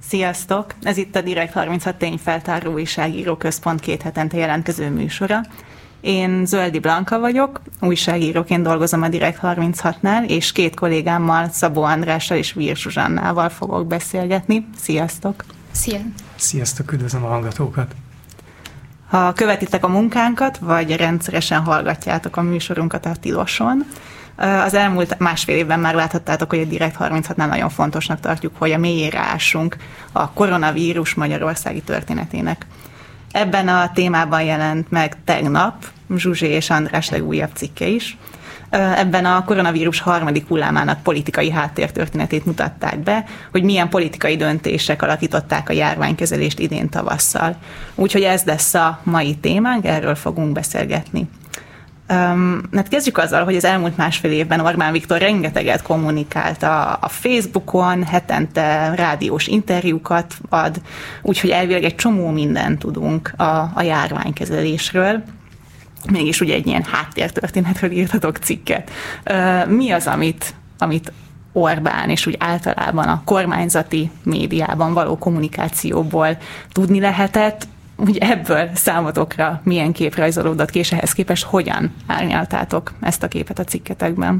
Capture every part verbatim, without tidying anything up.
Sziasztok! Ez itt a Direkt harminchat tényfeltáró újságíró központ két hetente jelentkező műsora. Én Zöldi Blanka vagyok, újságíróként dolgozom a Direkt harminchatnál, és két kollégámmal, Szabó Andrással és Vír Zsuzsannával fogok beszélgetni. Sziasztok! Szia! Sziasztok, üdvözlöm a hallgatókat! Ha követitek a munkánkat, vagy rendszeresen hallgatjátok a műsorunkat a Tiloson, az elmúlt másfél évben már láthattátok, hogy a Direkt harminchatnál nagyon fontosnak tartjuk, hogy a mélyére ássunk a koronavírus magyarországi történetének. Ebben a témában jelent meg tegnap Zsuzsi és András legújabb cikke is. Ebben a koronavírus harmadik hullámának politikai háttértörténetét mutatták be, hogy milyen politikai döntések alakították a járványkezelést idén tavasszal. Úgyhogy ez lesz a mai témánk, erről fogunk beszélgetni. Um, hát kezdjük azzal, hogy az elmúlt másfél évben Orbán Viktor rengeteget kommunikált a, a Facebookon, hetente rádiós interjúkat ad, úgyhogy elvileg egy csomó mindent tudunk a, a járványkezelésről. Mégis ugye egy ilyen háttértörténetről írtatok cikket. Uh, mi az, amit, amit Orbán és úgy általában a kormányzati médiában való kommunikációból tudni lehetett? Úgy ebből számotokra milyen kép rajzolódott ki, és ehhez képest hogyan árnyaltátok ezt a képet a cikketekben?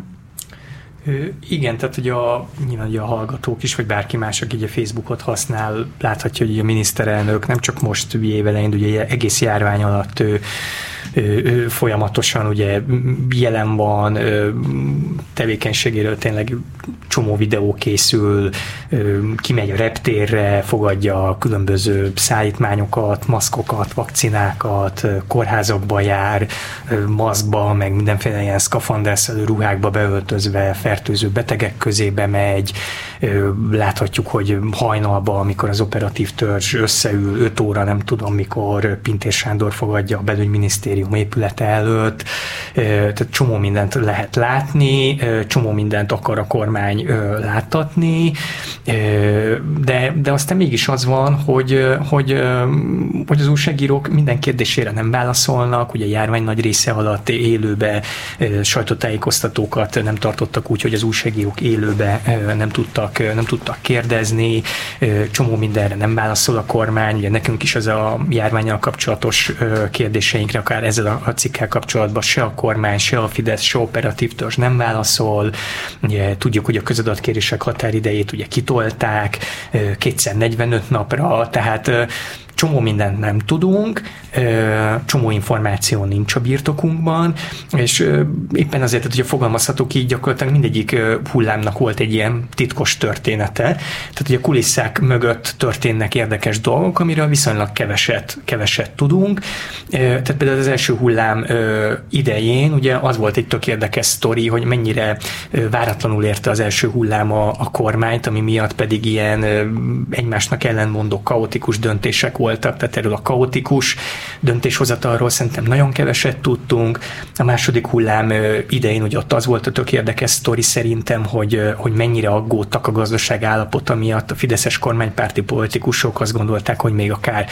Igen, tehát ugye a, nyilván ugye a hallgatók is, vagy bárki más, aki ugye Facebookot használ, láthatja, hogy a miniszterelnök nem csak most évelején, ugye egész járvány alatt ő, ő, ő folyamatosan ugye jelen van, tevékenységéről tényleg csomó videó készül, kimegy a reptérre, fogadja a különböző szállítmányokat, maszkokat, vakcinákat, kórházakba jár, maszkba, meg mindenféle ilyen szkafanderszerű ruhákba beöltözve, fertőző betegek közébe megy. Láthatjuk, hogy hajnalban, amikor az operatív törzs összeül, öt óra, nem tudom mikor, Pintér Sándor fogadja a belügyminisztérium épülete előtt. Tehát csomó mindent lehet látni, csomó mindent akar a kormány láttatni, de, de aztán mégis az van, hogy, hogy, hogy az újságírók minden kérdésére nem válaszolnak, ugye a járvány nagy része alatt élőbe sajtótájékoztatókat nem tartottak úgy, hogy az újságírók élőbe nem tudtak, nem tudtak kérdezni, csomó mindenre nem válaszol a kormány, ugye nekünk is az a járvánnyal kapcsolatos kérdéseinkre, akár ezzel a cikkel kapcsolatban se a kormány, se a Fidesz, se operatív törzs nem válaszol. Ugye, tudjuk, hogy a közadatkérések határidejét ugye kitolták kétszer negyvenöt napra, tehát csomó mindent nem tudunk, csomó információ nincs a birtokunkban, és éppen azért, hogy fogalmazhatok így, gyakorlatilag mindegyik hullámnak volt egy ilyen titkos története. Tehát, hogy a kulisszák mögött történnek érdekes dolgok, amiről viszonylag keveset, keveset tudunk. Tehát például az első hullám idején ugye az volt egy tök érdekes sztori, hogy mennyire váratlanul érte az első hullám a, a kormányt, ami miatt pedig ilyen egymásnak ellentmondó kaotikus döntések voltak, tehát erről a kaotikus döntéshozatalról szerintem nagyon keveset tudtunk. A második hullám idején ugye ott az volt a tök érdekes sztori szerintem, hogy, hogy mennyire aggódtak a gazdaság állapota miatt. A fideszes kormánypárti politikusok azt gondolták, hogy még akár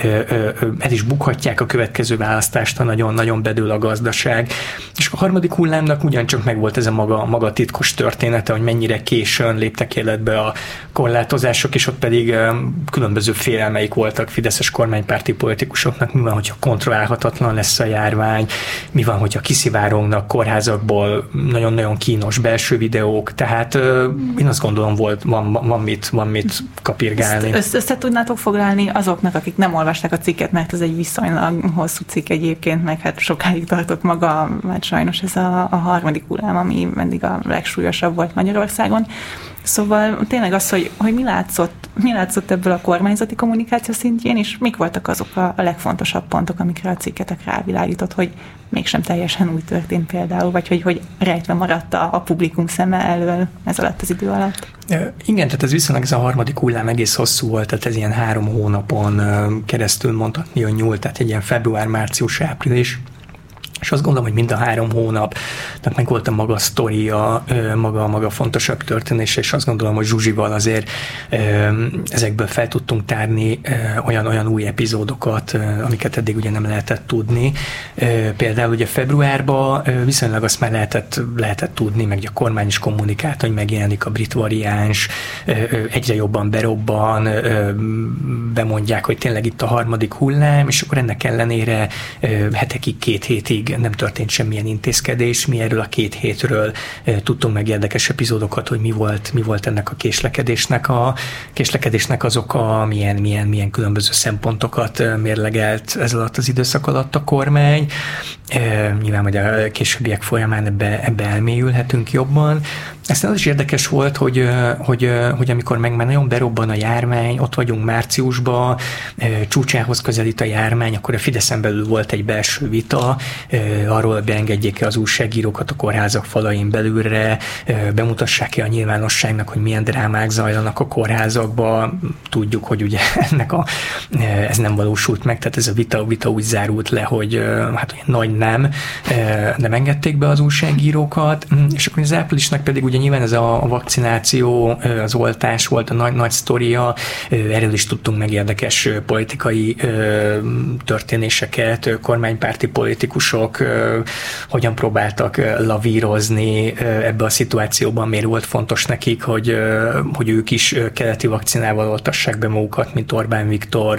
el is bukhatják a következő választást, ha nagyon-nagyon bedől a gazdaság. És a harmadik hullámnak ugyancsak megvolt ez a maga, maga titkos története, hogy mennyire későn léptek életbe a korlátozások, és ott pedig különböző félelmeik voltak fideszes kormánypárti politikusoknak, mi van, hogyha kontrollálhatatlan lesz a járvány, mi van, hogyha kiszivárognak kórházakból nagyon-nagyon kínos belső videók, tehát én azt gondolom, volt, van, van, mit, van mit kapirgálni. Ezt össze tudnátok foglalni azoknak, akik nem olvasták a cikket, mert ez egy viszonylag hosszú cikk egyébként, meg hát sokáig tartott maga, hát sajnos ez a, a harmadik hullám, ami eddig a legsúlyosabb volt Magyarországon. Szóval tényleg az, hogy, hogy mi látszott, mi látszott ebből a kormányzati kommunikáció szintjén, és mik voltak azok a, a legfontosabb pontok, amikre a cikketek rávilágított, hogy mégsem teljesen úgy történt például, vagy hogy, hogy rejtve maradt a, a publikum szeme elől ez alatt az idő alatt. Igen, tehát ez viszonylag ez a harmadik hullám egész hosszú volt, tehát ez ilyen három hónapon keresztül mondhatni, hogy nyúlt, tehát egy ilyen február, március, április. És azt gondolom, hogy mind a három hónapnak meg volt a maga sztoria, maga, maga fontosabb történése, és azt gondolom, hogy Zsuzsival azért ezekből fel tudtunk tárni olyan, olyan új epizódokat, amiket eddig ugye nem lehetett tudni. Például ugye februárban viszonylag azt már lehetett, lehetett tudni, meg a kormány is kommunikált, hogy megjelenik a brit variáns, egyre jobban berobban, bemondják, hogy tényleg itt a harmadik hullám, és akkor ennek ellenére hetekig, két hétig nem történt semmilyen intézkedés. Mi erről a két hétről tudtunk meg érdekes epizódokat, hogy mi volt, mi volt ennek a késlekedésnek a késlekedésnek az oka, milyen, milyen, milyen különböző szempontokat mérlegelt ez alatt az időszak alatt a kormány. Nyilván, hogy a későbbiek folyamán ebbe, ebbe elmélyülhetünk jobban. Aztán az is érdekes volt, hogy, hogy, hogy amikor meg már nagyon berobban a járvány, ott vagyunk márciusban, csúcsához közelít a járvány, akkor a Fideszen belül volt egy belső vita, arról beengedjék-e az újságírókat a kórházak falain belülre, bemutassák-e a nyilvánosságnak, hogy milyen drámák zajlanak a kórházakban. Tudjuk, hogy ugye ennek a, ez nem valósult meg, tehát ez a vita, vita úgy zárult le, hogy hát olyan nagy nem, nem engedték be az újságírókat, és akkor az áprilisnak pedig ugye nyilván ez a vakcináció, az oltás volt a nagy, nagy sztoria, erről is tudtunk meg érdekes politikai történéseket, kormánypárti politikusok hogyan próbáltak lavírozni ebbe a szituációban, miért volt fontos nekik, hogy, hogy ők is keleti vakcinával oltassák be magukat, mint Orbán Viktor.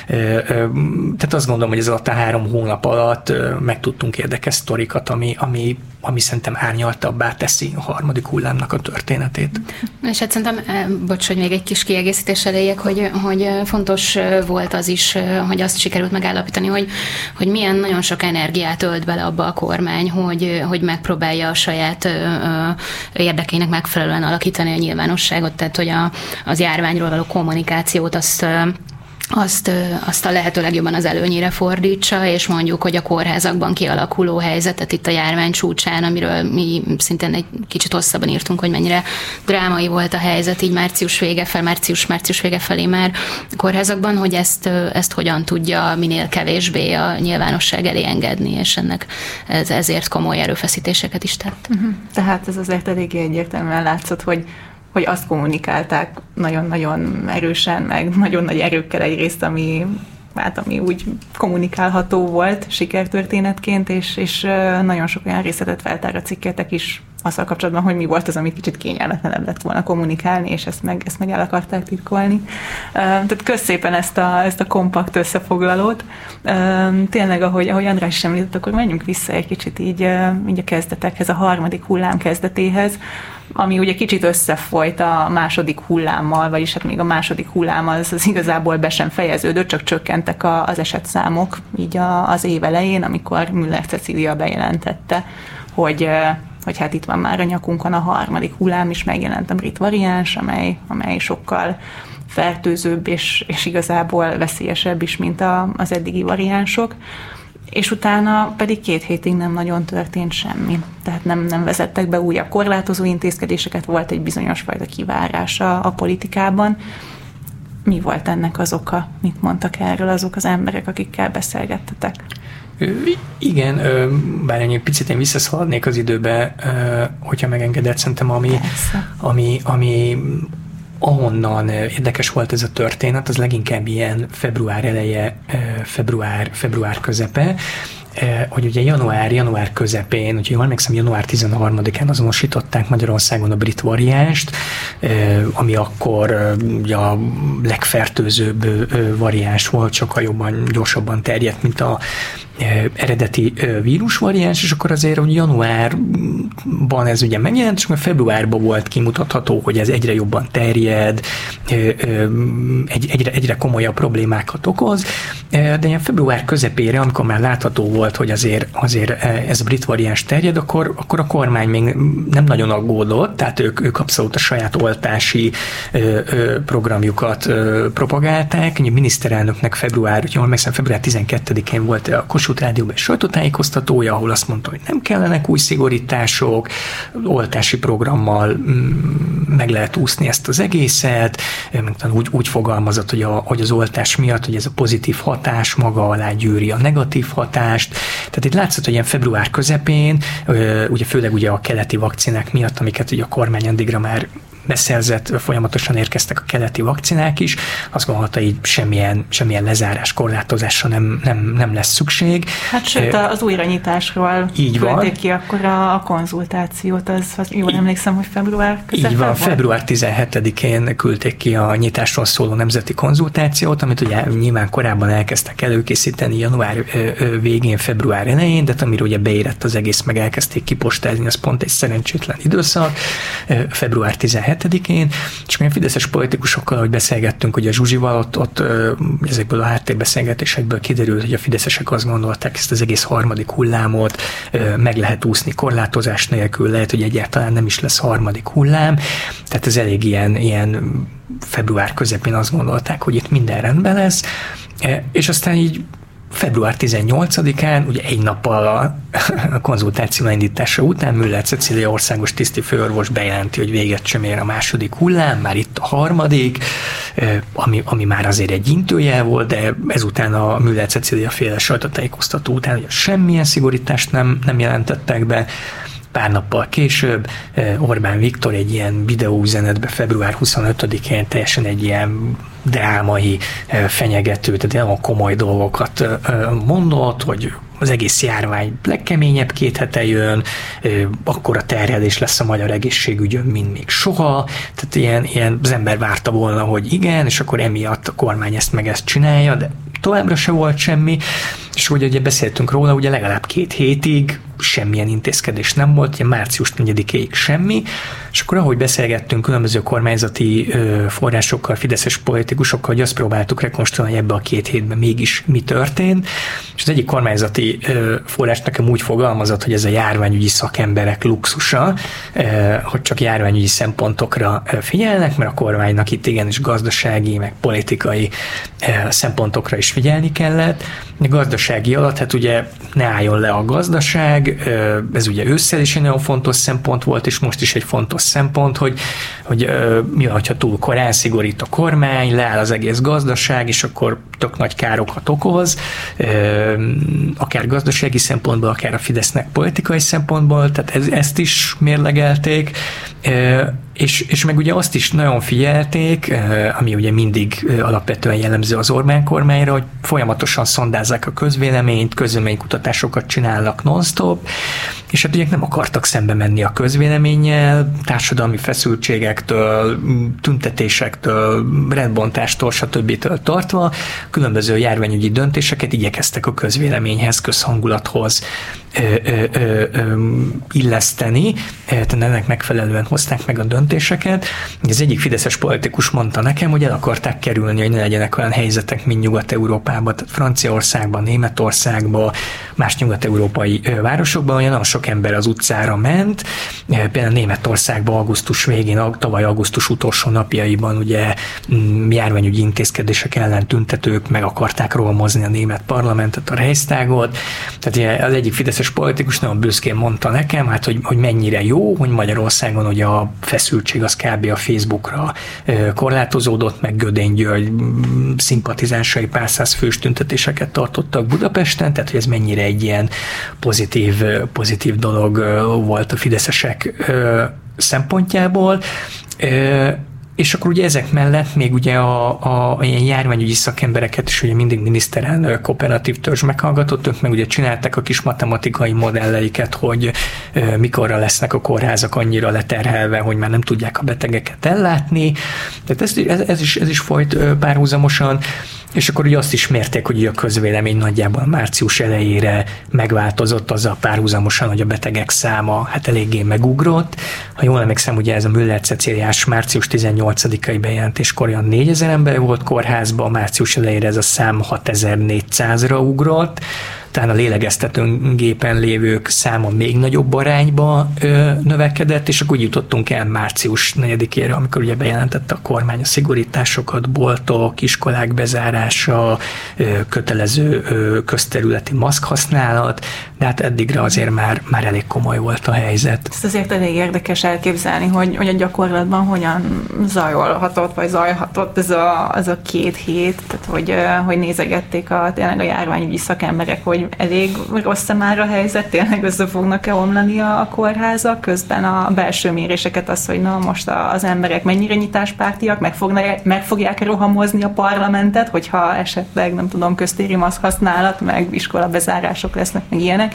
Tehát azt gondolom, hogy ez alatt a három hónap alatt megtudtunk érdekes sztorikat, ami, ami, ami szerintem árnyaltabbá teszi a harmadik hullámnak a történetét. És hát szerintem, bocs, hogy még egy kis kiegészítés elejék, hogy, hogy fontos volt az is, hogy azt sikerült megállapítani, hogy, hogy milyen nagyon sok energiát ölt bele abba a kormány, hogy, hogy megpróbálja a saját ö, érdekeinek megfelelően alakítani a nyilvánosságot, tehát hogy a, az járványról való kommunikációt azt Azt, azt a lehető legjobban az előnyére fordítsa, és mondjuk, hogy a kórházakban kialakuló helyzetet itt a járvány csúcsán, amiről mi szintén egy kicsit hosszabban írtunk, hogy mennyire drámai volt a helyzet, így március vége fel, március-március vége felé már a kórházakban, hogy ezt, ezt hogyan tudja minél kevésbé a nyilvánosság elé engedni, és ennek ez, ezért komoly erőfeszítéseket is tett. Uh-huh. Tehát ez azért eléggé egyértelműen látszott, hogy hogy azt kommunikálták nagyon-nagyon erősen, meg nagyon nagy erőkkel egyrészt, ami, hát, ami úgy kommunikálható volt sikertörténetként, és, és nagyon sok olyan részletet feltár a cikketek is azzal kapcsolatban, hogy mi volt az, amit kicsit kényelmetlenebb lett volna kommunikálni, és ezt meg, ezt meg el akarták titkolni. Tehát kösz szépen ezt a, ezt a kompakt összefoglalót. Tényleg, ahogy, ahogy András is említett, akkor menjünk vissza egy kicsit így, így a kezdetekhez, a harmadik hullám kezdetéhez, ami ugye kicsit összefolyt a második hullámmal, vagyis hát még a második hullám az, az igazából be sem fejeződött, csak csökkentek a, az esetszámok így a, az év elején, amikor Müller Cecília bejelentette, hogy, hogy hát itt van már a nyakunkon a harmadik hullám, is megjelent a brit variáns, amely, amely sokkal fertőzőbb és, és igazából veszélyesebb is, mint a, az eddigi variánsok. És utána pedig két hétig nem nagyon történt semmi. Tehát nem, nem vezettek be újabb korlátozó intézkedéseket, volt egy bizonyos fajta kivárás a, a politikában. Mi volt ennek az oka? Mit mondtak erről azok az emberek, akikkel beszélgettetek? Igen, bár egy picit én visszaszaladnék az időbe, hogyha megengedett, szerintem ami, ami, ami ahonnan érdekes volt ez a történet, az leginkább ilyen február eleje, február, február közepe, hogy ugye január, január közepén, úgyhogy jól emlékszem, január tizenharmadikán azonosították Magyarországon a brit variánst, ami akkor ugye a legfertőzőbb variáns volt, sokkal jobban, gyorsabban terjedt, mint a eredeti vírusvariáns, és akkor azért, hogy januárban ez ugye megjelent, és már februárban volt kimutatható, hogy ez egyre jobban terjed, egyre, egyre komolyabb problémákat okoz, de ilyen február közepére, amikor már látható volt, hogy azért, azért ez a brit variáns terjed, akkor, akkor a kormány még nem nagyon aggódott, tehát ők, ők abszolút a saját oltási programjukat propagálták. A miniszterelnöknek február, úgyhogy jól megszem, február tizenkettedikén volt a Kossuth Kossuth Rádióban egy sajtótájékoztatója, ahol azt mondta, hogy nem kellenek új szigorítások, oltási programmal meg lehet úszni ezt az egészet, úgy, úgy fogalmazott, hogy, a, hogy az oltás miatt, hogy ez a pozitív hatás maga alá gyűri a negatív hatást. Tehát itt látszott, hogy ilyen február közepén, ugye főleg ugye a keleti vakcinák miatt, amiket ugye a kormány addigra már beszerzett, folyamatosan érkeztek a keleti vakcinák is, azt gondolta, hogy semmilyen, semmilyen lezárás, korlátozásra nem, nem, nem lesz szükség. Hát sőt, az újranyitásról így van. ki akkor a konzultációt, az, az jól emlékszem, hogy február közepén Így van, volt? február tizenhetedikén küldték ki a nyitásról szóló nemzeti konzultációt, amit ugye nyilván korábban elkezdtek előkészíteni január végén, február elején, de amire ugye beérett az egész, meg elkezdték kipostázni, az pont egy szerencsétlen időszak, február tizenhetedikén, és olyan fideszes politikusokkal, ahogy beszélgettünk, hogy a Zsuzsival, ott, ott ezekből a háttérbeszélgetésekből kiderült, hogy a fideszesek azt gondolták, ezt az egész harmadik hullámot meg lehet úszni korlátozás nélkül, lehet, hogy egyáltalán nem is lesz harmadik hullám, tehát ez elég ilyen, ilyen február közepén azt gondolták, hogy itt minden rendben lesz, és aztán így február tizennyolcadikán, ugye egy nappal a, a konzultáció indítása után Müller Cecília országos tiszti főorvos bejelenti, hogy véget sem ér a második hullám, már itt a harmadik, ami, ami már azért egy intőjel volt, de ezután a Müller Cecília féle sajtótájékoztató után ugye semmilyen szigorítást nem, nem jelentettek be. Pár nappal később Orbán Viktor egy ilyen videóüzenetbe február huszonötödikén teljesen egy ilyen drámai, fenyegető, tehát nagyon komoly dolgokat mondott, hogy az egész járvány legkeményebb két hete jön, akkora terhelés lesz a magyar egészségügyön, mint még soha, tehát ilyen, ilyen az ember várta volna, hogy igen, és akkor emiatt a kormány ezt meg ezt csinálja, de továbbra se volt semmi, és ugye, ugye beszéltünk róla, ugye legalább két hétig semmilyen intézkedés nem volt, ugye március negyedikéig semmi, és akkor ahogy beszélgettünk különböző kormányzati ö, forrásokkal, fideszes politikusokkal, hogy azt próbáltuk rekonstruálni ebbe a két hétben mégis mi történt, és az egyik kormányzati ö, forrás nekem úgy fogalmazott, hogy ez a járványügyi szakemberek luxusa, ö, hogy csak járványügyi szempontokra figyelnek, mert a kormánynak itt igenis gazdasági, meg politikai ö, szempontokra is figyelni kellett. A gazdasági alatt, hát ugye ne álljon le a gazdaság, ez ugye ősszel is egy nagyon fontos szempont volt, és most is egy fontos szempont, hogy, hogy mi van, ha túl korán szigorít a kormány, leáll az egész gazdaság, és akkor tök nagy károkat okoz, akár gazdasági szempontból, akár a Fidesznek politikai szempontból, tehát ez, ezt is mérlegelték, és, és meg ugye azt is nagyon figyelték, ami ugye mindig alapvetően jellemző az Orbán kormányra, hogy folyamatosan szondázzák a közvéleményt, közvéleménykutatásokat csinálnak non-stop, és hát ugye nem akartak szembe menni a közvéleménnyel, társadalmi feszültségektől, tüntetésektől, rendbontástól, stb. Tartva, különböző járványügyi döntéseket igyekeztek a közvéleményhez, közhangulathoz ö, ö, ö, ö, illeszteni, tehát ennek megfelelően hozták meg a döntéseket. Az egyik fideszes politikus mondta nekem, hogy el akarták kerülni, hogy ne legyenek olyan helyzetek, mint Nyugat-Európában, tehát Franciaországban, Németországban, más nyugat-európai városokban, olyan nagyon sok ember az utcára ment, például Németországban augusztus végén, tavaly augusztus utolsó napjaiban ugye járványügyi intézkedések ellen tüntetők meg akarták rohamozni a német parlamentet, a Reichstagot. Tehát az egyik fideszes politikus nagyon büszkén mondta nekem, hát, hogy, hogy mennyire jó, hogy Magyarországon ugye a feszültség az kb. A Facebookra korlátozódott, meg Gödény György szimpatizánsai pár száz fős tüntetéseket tartottak Budapesten, tehát hogy ez mennyire egy ilyen pozitív, pozitív dolog volt a fideszesek szempontjából. És akkor ugye ezek mellett még ugye a, a, a ilyen járványügyi szakembereket is ugye mindig miniszterelnök operatív törzs meghallgatott, ők meg ugye csinálták a kis matematikai modelleiket, hogy e, mikorra lesznek a kórházak annyira leterhelve, hogy már nem tudják a betegeket ellátni. Tehát ez, ez, ez, is, ez is folyt párhuzamosan, és akkor ugye azt is mérték, hogy a közvélemény nagyjából március elejére megváltozott azzal párhuzamosan, hogy a betegek száma hát eléggé megugrott. Ha jól emlékszem, ugye ez a Müller Cecíliás március tizennyolcadikai bejelentéskor olyan négyezer ember volt kórházban, március elejére ez a szám hatezer-négyszázra ugrott. talán a lélegeztetőgépen lévők száma még nagyobb arányba ö, növekedett, és akkor úgy jutottunk el március negyedikére, amikor ugye bejelentette a kormány a szigorításokat, boltok, iskolák bezárása, ö, kötelező ö, közterületi maszkhasználat, de hát eddigre azért már, már elég komoly volt a helyzet. Ezt azért elég érdekes elképzelni, hogy, hogy a gyakorlatban hogyan zajolhatott, vagy zajhatott ez a, ez a két hét, tehát hogy, hogy nézegették a, tényleg a járványügyi szakemberek, hogy elég rossz már a helyzet, tényleg össze fognak-e omlani a kórházak, közben a belső méréseket az, hogy na most az emberek mennyire nyitáspártiak, meg, fognak, meg fogják rohamozni a parlamentet, hogyha esetleg, nem tudom, köztéri maszk használat, meg iskola bezárások lesznek, meg ilyenek.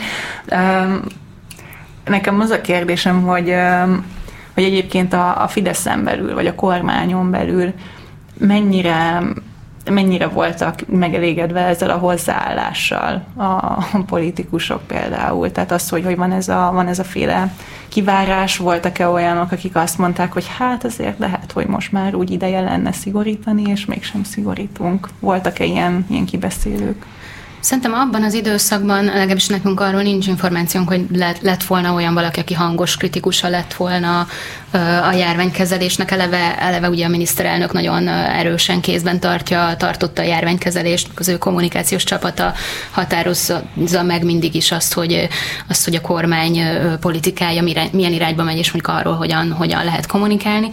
Nekem az a kérdésem, hogy, hogy egyébként a, a Fideszen belül, vagy a kormányon belül mennyire, mennyire voltak megelégedve ezzel a hozzáállással a politikusok például. Tehát az, hogy, hogy van, ez a, van ez a féle kivárás, voltak-e olyanok, akik azt mondták, hogy hát azért lehet, hogy most már úgy ideje lenne szigorítani, és mégsem szigorítunk. Voltak-e ilyen, ilyen kibeszélők? Szerintem abban az időszakban, legalábbis nekünk arról nincs információnk, hogy lett, lett volna olyan valaki, aki hangos kritikusa lett volna a járványkezelésnek. Eleve, eleve ugye a miniszterelnök nagyon erősen kézben tartja, tartotta a járványkezelést, az ő kommunikációs csapata határozza meg mindig is azt, hogy, azt, hogy a kormány politikája milyen irányba megy, és mondjuk arról, hogyan, hogyan lehet kommunikálni.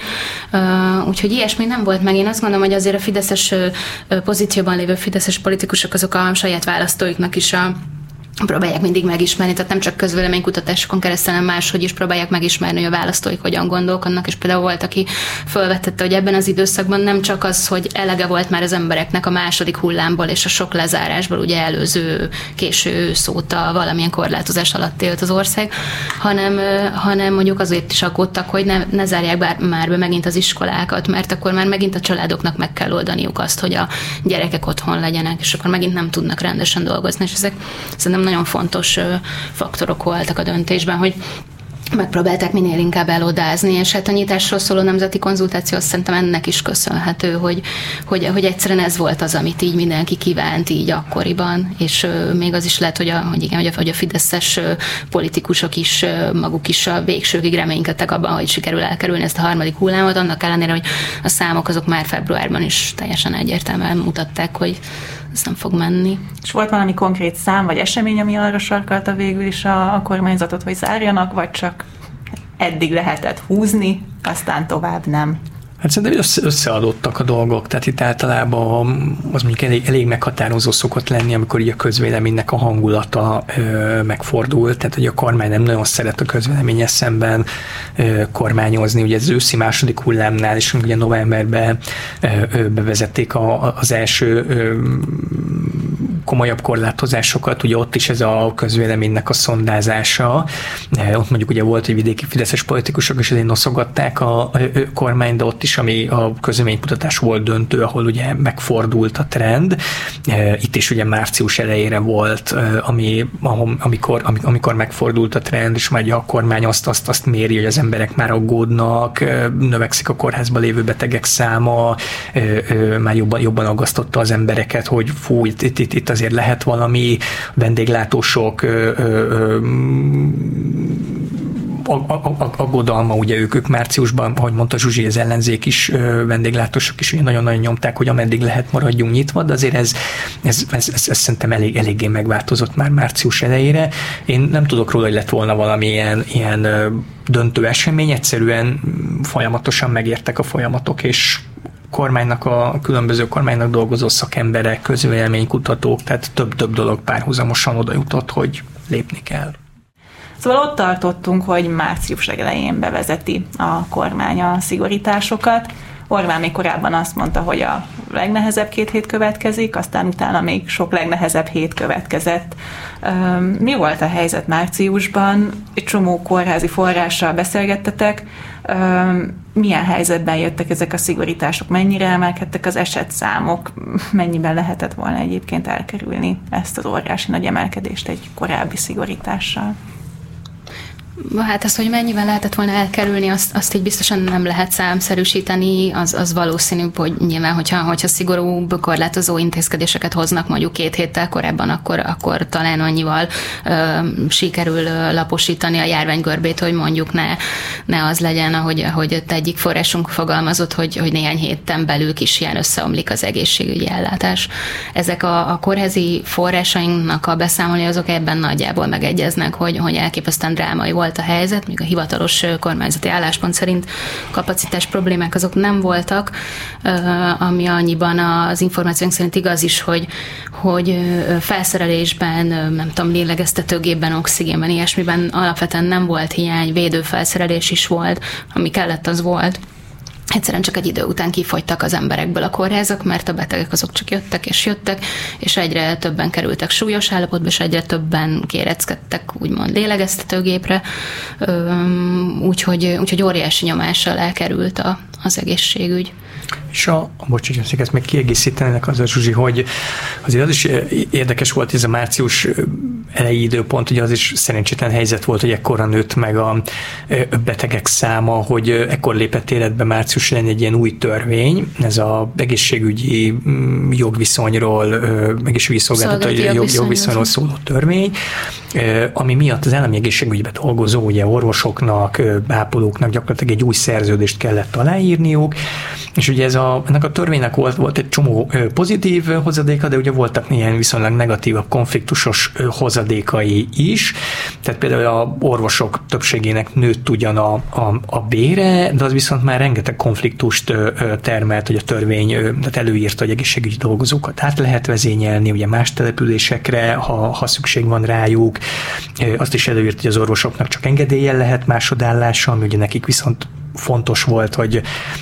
Úgyhogy ilyesmi nem volt meg. Én azt gondolom, hogy azért a fideszes pozícióban lévő fideszes politikusok azok a saját választóiknak is a próbálják mindig megismerni, tehát nem csak közvéleménykutatásokon keresztül, hanem máshogy is próbálják megismerni, hogy a választóik hogyan gondolkodnak, és például volt, aki felvetette, hogy ebben az időszakban nem csak az, hogy elege volt már az embereknek a második hullámból és a sok lezárásból, ugye előző késő ősz óta valamilyen korlátozás alatt élt az ország, hanem, hanem mondjuk azért is aggódtak, hogy ne, ne zárják bár, már be megint az iskolákat, mert akkor már megint a családoknak meg kell oldaniuk azt, hogy a gyerekek otthon legyenek, és akkor megint nem tudnak rendesen dolgozni, és ezek szerintem nagyon fontos faktorok voltak a döntésben, hogy megpróbálták minél inkább elodázni, és hát a nyitásról szóló nemzeti konzultáció azt szerintem ennek is köszönhető, hogy, hogy, hogy egyszerűen ez volt az, amit így mindenki kívánt így akkoriban, és uh, még az is lehet, hogy a, hogy igen, hogy a, hogy a fideszes uh, politikusok is, uh, maguk is a végsőkig reménykedtek abban, hogy sikerül elkerülni ezt a harmadik hullámot, annak ellenére, hogy a számok azok már februárban is teljesen egyértelműen mutatták, hogy ez nem fog menni. És volt valami konkrét szám vagy esemény, ami arra sarkalta végül is a, a kormányzatot, hogy zárjanak, vagy csak eddig lehetett húzni, aztán tovább nem? Hát szerintem össze, összeadottak a dolgok, tehát itt általában az mondjuk elég, elég meghatározó szokott lenni, amikor így a közvéleménynek a hangulata ö, megfordul, tehát hogy a kormány nem nagyon szeret a közvéleményes szemben ö, kormányozni. Ugye az őszi második hullámnál is ugye novemberben ö, ö, bevezették a, az első ö, komolyabb korlátozásokat, ugye ott is ez a közvéleménynek a szondázása. Ott mondjuk ugye volt, hogy vidéki fideszes politikusok is azért noszogatták a, a, a kormány, de ott is, ami a közvéleménykutatás volt döntő, ahol ugye megfordult a trend. Itt is ugye március elejére volt, ami, amikor, amikor megfordult a trend, és már a kormány azt, azt, azt méri, hogy az emberek már aggódnak, növekszik a kórházban lévő betegek száma, már jobban, jobban aggasztotta az embereket, hogy fú, itt, itt, itt, itt azért lehet valami, vendéglátósok aggodalma, ugye ők, ők márciusban, ahogy mondta Zsuzsi, az ellenzék is, vendéglátósok is nagyon-nagyon nyomták, hogy ameddig lehet maradjunk nyitva, de azért ez, ez, ez, ez, ez szerintem elég, eléggé megváltozott már március elejére. Én nem tudok róla, hogy lett volna valami ilyen, ilyen döntő esemény, egyszerűen folyamatosan megértek a folyamatok, és kormánynak, a különböző kormánynak dolgozó szakemberek, közvéleménykutatók, tehát több-több dolog párhuzamosan oda jutott, hogy lépni kell. Szóval ott tartottunk, hogy március legelején bevezeti a kormány a szigorításokat. Orbán még korábban azt mondta, hogy a legnehezebb két hét következik, aztán utána még sok legnehezebb hét következett. Mi volt a helyzet márciusban? Egy csomó kórházi forrással beszélgettetek. Milyen helyzetben jöttek ezek a szigorítások? Mennyire emelkedtek az esetszámok? Mennyiben lehetett volna egyébként elkerülni ezt az óriási nagy emelkedést egy korábbi szigorítással? Hát az, hogy mennyivel lehetett volna elkerülni, azt, azt így biztosan nem lehet számszerűsíteni, az, az valószínű, hogy nyilván, hogyha, hogyha szigorúbb korlátozó intézkedéseket hoznak mondjuk két héttel korábban, akkor, akkor talán annyival ö, sikerül laposítani a járványgörbét, hogy mondjuk ne, ne az legyen, ahogy, ahogy egyik forrásunk fogalmazott, hogy, hogy néhány héten belül is ilyen összeomlik az egészségügyi ellátás. Ezek a, a kórházi forrásainknak a beszámolói azok ebben nagyjából megegyeznek, hogy, hogy elképesztően drámai volt a helyzet, még a hivatalos kormányzati álláspont szerint kapacitás problémák azok nem voltak, ami annyiban az információnk szerint igaz is, hogy, hogy felszerelésben, nem tudom, lélegeztetőgépben, oxigénben, ilyesmiben alapvetően nem volt hiány, védőfelszerelés is volt, ami kellett, az volt. Egyszerűen csak egy idő után kifogytak az emberekből a kórházak, mert a betegek azok csak jöttek és jöttek, és egyre többen kerültek súlyos állapotba, és egyre többen kéreckedtek úgymond lélegeztetőgépre, úgyhogy, úgyhogy óriási nyomással elkerült a, az egészségügy. És a, bocsánat, ezt még kiegészítenek az a Zsuzsi, hogy azért az is érdekes volt, ez a március elejé időpont, ugye az is szerencsétlen helyzet volt, hogy ekkorra nőtt meg a betegek száma, hogy ekkor lépett életbe március elején egy ilyen új törvény, ez az egészségügyi jogviszonyról, egészségügyi szolgáltatói jog, jogviszonyról szóló törvény, ami miatt az állami egészségügyben dolgozó, ugye orvosoknak, ápolóknak gyakorlatilag egy új szerződést kellett aláírniuk, és ugye ez a, ennek a törvénynek volt, volt egy csomó pozitív hozadéka, de ugye voltak néhány viszonylag negatívabb, konfliktusos hozadékai is. Tehát például a orvosok többségének nőtt ugyan a, a, a bére, de az viszont már rengeteg konfliktust termelt, hogy a törvény tehát előírta, hogy egészségügyi dolgozókat át lehet vezényelni, ugye más településekre, ha, ha szükség van rájuk. Azt is előírta, hogy az orvosoknak csak engedéllyel lehet másodállással, ami ugye nekik viszont fontos volt, hogy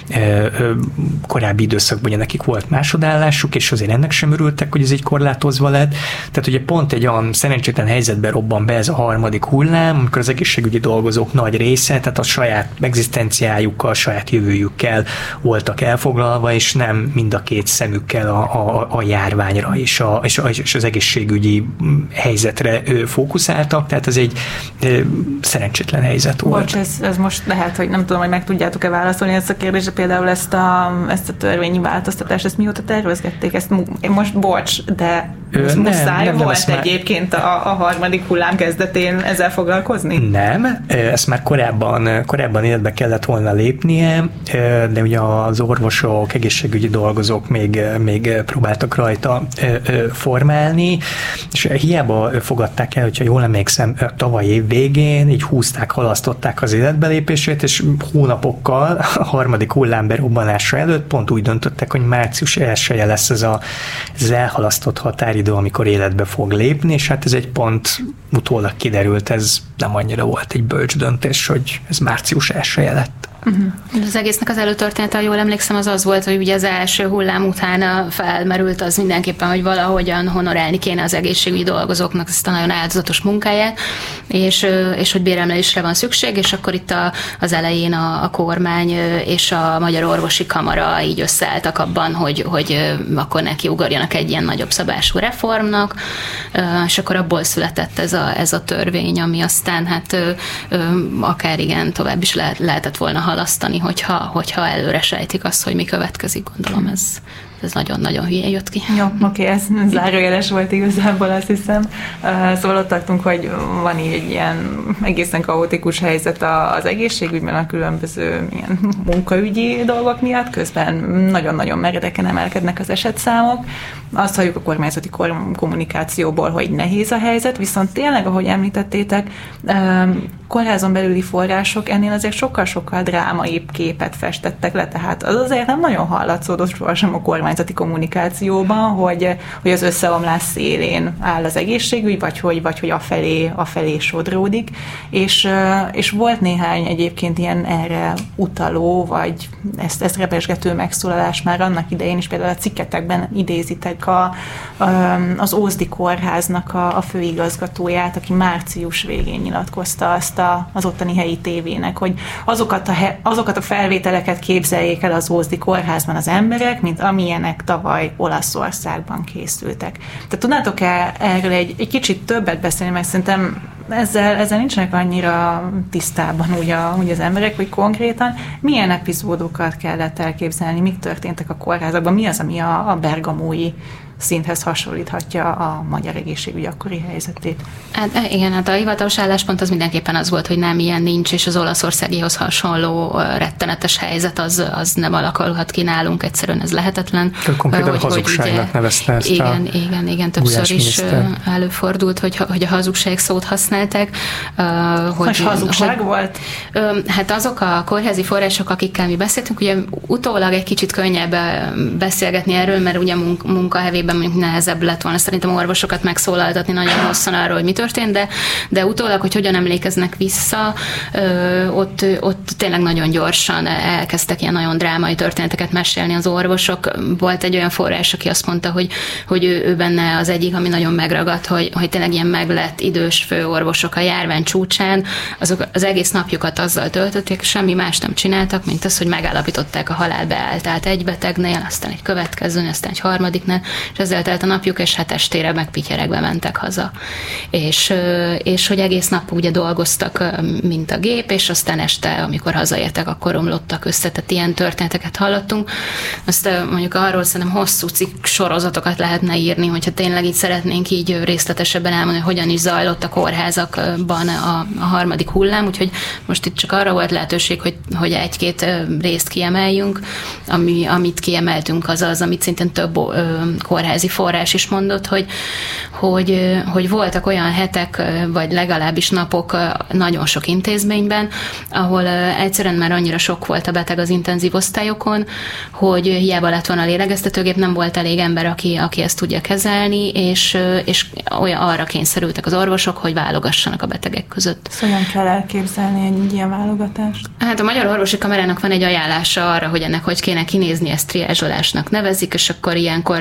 korábbi időszakban ugye nekik volt másodállásuk, és azért ennek sem örültek, hogy ez így korlátozva lett. Tehát ugye pont egy olyan szerencsétlen helyzetben robban be ez a harmadik hullám, amikor az egészségügyi dolgozók nagy része, tehát a saját egzisztenciájukkal, a saját jövőjükkel voltak elfoglalva, és nem mind a két szemükkel a, a, a járványra és, a, és, a, és az egészségügyi helyzetre fókuszáltak, tehát ez egy szerencsétlen helyzet volt. Bocs, ez, ez most lehet, hogy nem tudom, hogy meg tudjátok-e válaszolni ezt a kérdést, például ezt a, ezt a törvényi változtatást, ezt mióta tervezgették? Ezt most bocs, de Ö, nem, muszáj nem, volt nem, egyébként már... a, a harmadik hullám kezdetén ezzel foglalkozni? Nem, ezt már korábban, korábban életbe kellett volna lépnie, de ugye az orvosok, egészségügyi dolgozók még, még próbáltak rajta formálni, és hiába fogadták el, hogyha jól emlékszem, tavaly év végén így húzták, halasztották az életbelépését, és hónapokkal a harmadik hullám berobbanása előtt pont úgy döntöttek, hogy március elseje lesz ez a, ez az elhalasztott határidő, amikor életbe fog lépni, és hát ez egy pont utólag kiderült, ez nem annyira volt egy bölcs döntés, hogy ez március elseje lett. Uh-huh. Az egésznek az előtörténete, ha jól emlékszem, az az volt, hogy ugye az első hullám után felmerült az mindenképpen, hogy valahogyan honorálni kéne az egészségügyi dolgozóknak ezt a nagyon áldozatos munkáját, és, és hogy béremelésre van szükség, és akkor itt a, az elején a, a kormány és a Magyar Orvosi Kamara így összeálltak abban, hogy, hogy akkor neki ugorjanak egy ilyen nagyobb szabású reformnak, és akkor abból született ez a, ez a törvény, ami aztán hát akár igen, tovább is lehet, lehetett volna halasztani, hogyha, hogyha előre sejtik azt, hogy mi következik, gondolom ez, ez nagyon-nagyon hülyén jött ki. Jó, oké, ez zárójeles volt igazából, azt hiszem. Szóval ott tartunk, hogy van így egy ilyen egészen kaotikus helyzet az egészségügyben, a különböző ilyen munkaügyi dolgok miatt, közben nagyon-nagyon meredeken emelkednek az esetszámok. Azt halljuk a kormányzati kommunikációból, hogy nehéz a helyzet, viszont tényleg, ahogy említettétek, kórházon belüli források ennél azért sokkal-sokkal drámaibb képet festettek le, tehát az azért nem nagyon hallatszódott sohasem a kormányzati kommunikációban, hogy, hogy az összeomlás szélén áll az egészségügy, vagy hogy, vagy hogy afelé, afelé sodródik, és, és volt néhány egyébként ilyen erre utaló, vagy ezt, ezt repesgető megszólalás már annak idején is, például a cikketekben idézitek a, az Ózdi Kórháznak a, a főigazgatóját, aki március végén nyilatkozta azt a, az ottani helyi tévének, hogy azokat a, azokat a felvételeket képzeljék el az Ózdi Kórházban az emberek, mint amilyenek tavaly Olaszországban készültek. Tehát tudnátok-e erről egy, egy kicsit többet beszélni, mert szerintem ezzel, ezzel nincsenek annyira tisztában úgy, a, úgy az emberek, hogy konkrétan milyen epizódokat kellett elképzelni, mik történtek a kórházakban, mi az, ami a, a bergamói szinthez hasonlíthatja a magyar egészségügy akkori helyzetét. Hát igen, hát a hivatalos álláspont az mindenképpen az volt, hogy nem, ilyen nincs, és az olaszországihoz hasonló rettenetes helyzet az, az nem alakulhat ki nálunk, egyszerűen ez lehetetlen. Konkrétan hogy, hazugságnak hogy nevezte ezt igen, a igen, igen, többször is előfordult, hogy, hogy a hazugság szót használták. Hogy, Most hazugság hogy, volt? Hát azok a kórházi források, akikkel mi beszéltünk, ugye utólag egy kicsit könnyebb beszélgetni erről, mert ugye munkahevében mondjuk nehezebb lett volna szerintem orvosokat megszólaltatni nagyon hosszan arról, hogy mi történt, de, de utólag, hogy hogyan emlékeznek vissza, ott, ott tényleg nagyon gyorsan elkezdtek ilyen nagyon drámai történeteket mesélni az orvosok. Volt egy olyan forrás, aki azt mondta, hogy, hogy ő, ő benne az egyik, ami nagyon megragadt, hogy, hogy tényleg ilyen meglett idős főorvosok a járvány csúcsán, azok az egész napjukat azzal töltötték, semmi más nem csináltak, mint az, hogy megállapították a halál beálltát egy betegnél, aztán egy következőnél, aztán egy harmadiknál, és ezzel telt a napjuk, és hát estére meg pityeregve mentek haza. És, és hogy egész nap ugye dolgoztak, mint a gép, és aztán este, amikor hazaértek, akkor romlottak össze, tehát ilyen történeteket hallottunk. Azt mondjuk arról szerintem hosszú cikk sorozatokat lehetne írni, hogyha tényleg így szeretnénk így részletesebben elmondani, hogy hogyan is zajlott a kórházakban a, a harmadik hullám, úgyhogy most itt csak arra volt lehetőség, hogy, hogy egy-két részt kiemeljünk, ami, amit kiemeltünk, az az, amit szintén több kórházi forrás is mondott, hogy, hogy, hogy voltak olyan hetek, vagy legalábbis napok nagyon sok intézményben, ahol egyszerűen már annyira sok volt a beteg az intenzív osztályokon, hogy hiába lett volna a lélegeztetőgép, nem volt elég ember, aki, aki ezt tudja kezelni, és, és olyan arra kényszerültek az orvosok, hogy válogassanak a betegek között. Szóval kell elképzelni egy ilyen válogatást? Hát a Magyar Orvosi Kamerának van egy ajánlása arra, hogy ennek hogy kéne kinézni, ezt triázsolásnak nevezik, és akkor ilyenkor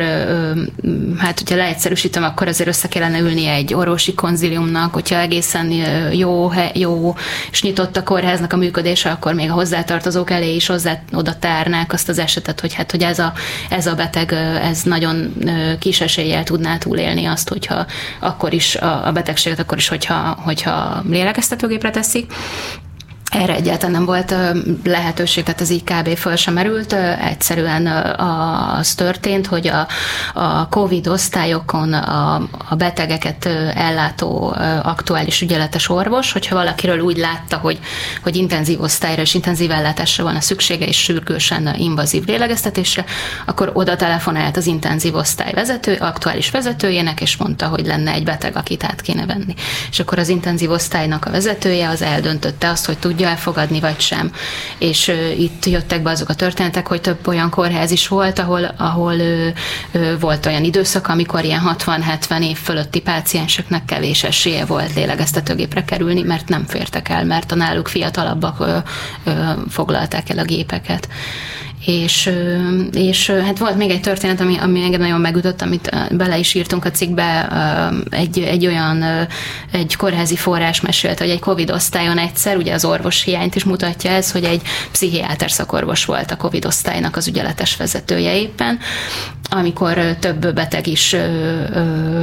hát, hogyha leegyszerűsítem, akkor azért össze kellene ülnie egy orvosi konziliumnak, hogyha egészen jó, jó és nyitott a kórháznak a működése, akkor még a hozzátartozók elé is hozzá oda tárnák azt az esetet, hogy hát, hogy ez a, ez a beteg, ez nagyon kis eséllyel tudná túlélni azt, hogyha akkor is a, a betegséget, akkor is, hogyha, hogyha lélegeztetőgépre teszik. Erre egyáltalán nem volt lehetőség, tehát ez így kb. Föl sem merült. Egyszerűen az történt, hogy a, a Covid osztályokon a, a betegeket ellátó aktuális ügyeletes orvos, hogyha valakiről úgy látta, hogy, hogy intenzív osztályra és intenzív ellátásra van a szüksége, és sürgősen invazív lélegeztetésre, akkor oda telefonált az intenzív osztály vezető, aktuális vezetőjének, és mondta, hogy lenne egy beteg, akit át kéne venni. És akkor az intenzív osztálynak a vezetője az eldöntötte azt, hogy tudja elfogadni, vagy sem. És uh, itt jöttek be azok a történetek, hogy több olyan kórház is volt, ahol, ahol uh, uh, volt olyan időszak, amikor ilyen hatvan-hetven év fölötti pácienseknek kevés esélye volt lélegeztetőgépre kerülni, mert nem fértek el, mert a náluk fiatalabbak uh, uh, foglalták el a gépeket. És, és hát volt még egy történet, ami, ami engem nagyon megütött, amit bele is írtunk a cikkbe, egy, egy olyan, egy kórházi forrás mesélt, hogy egy Covid osztályon egyszer, ugye az orvos hiányt is mutatja ez, hogy egy pszichiáter szakorvos volt a Covid osztálynak az ügyeletes vezetője éppen, amikor több beteg is ö, ö,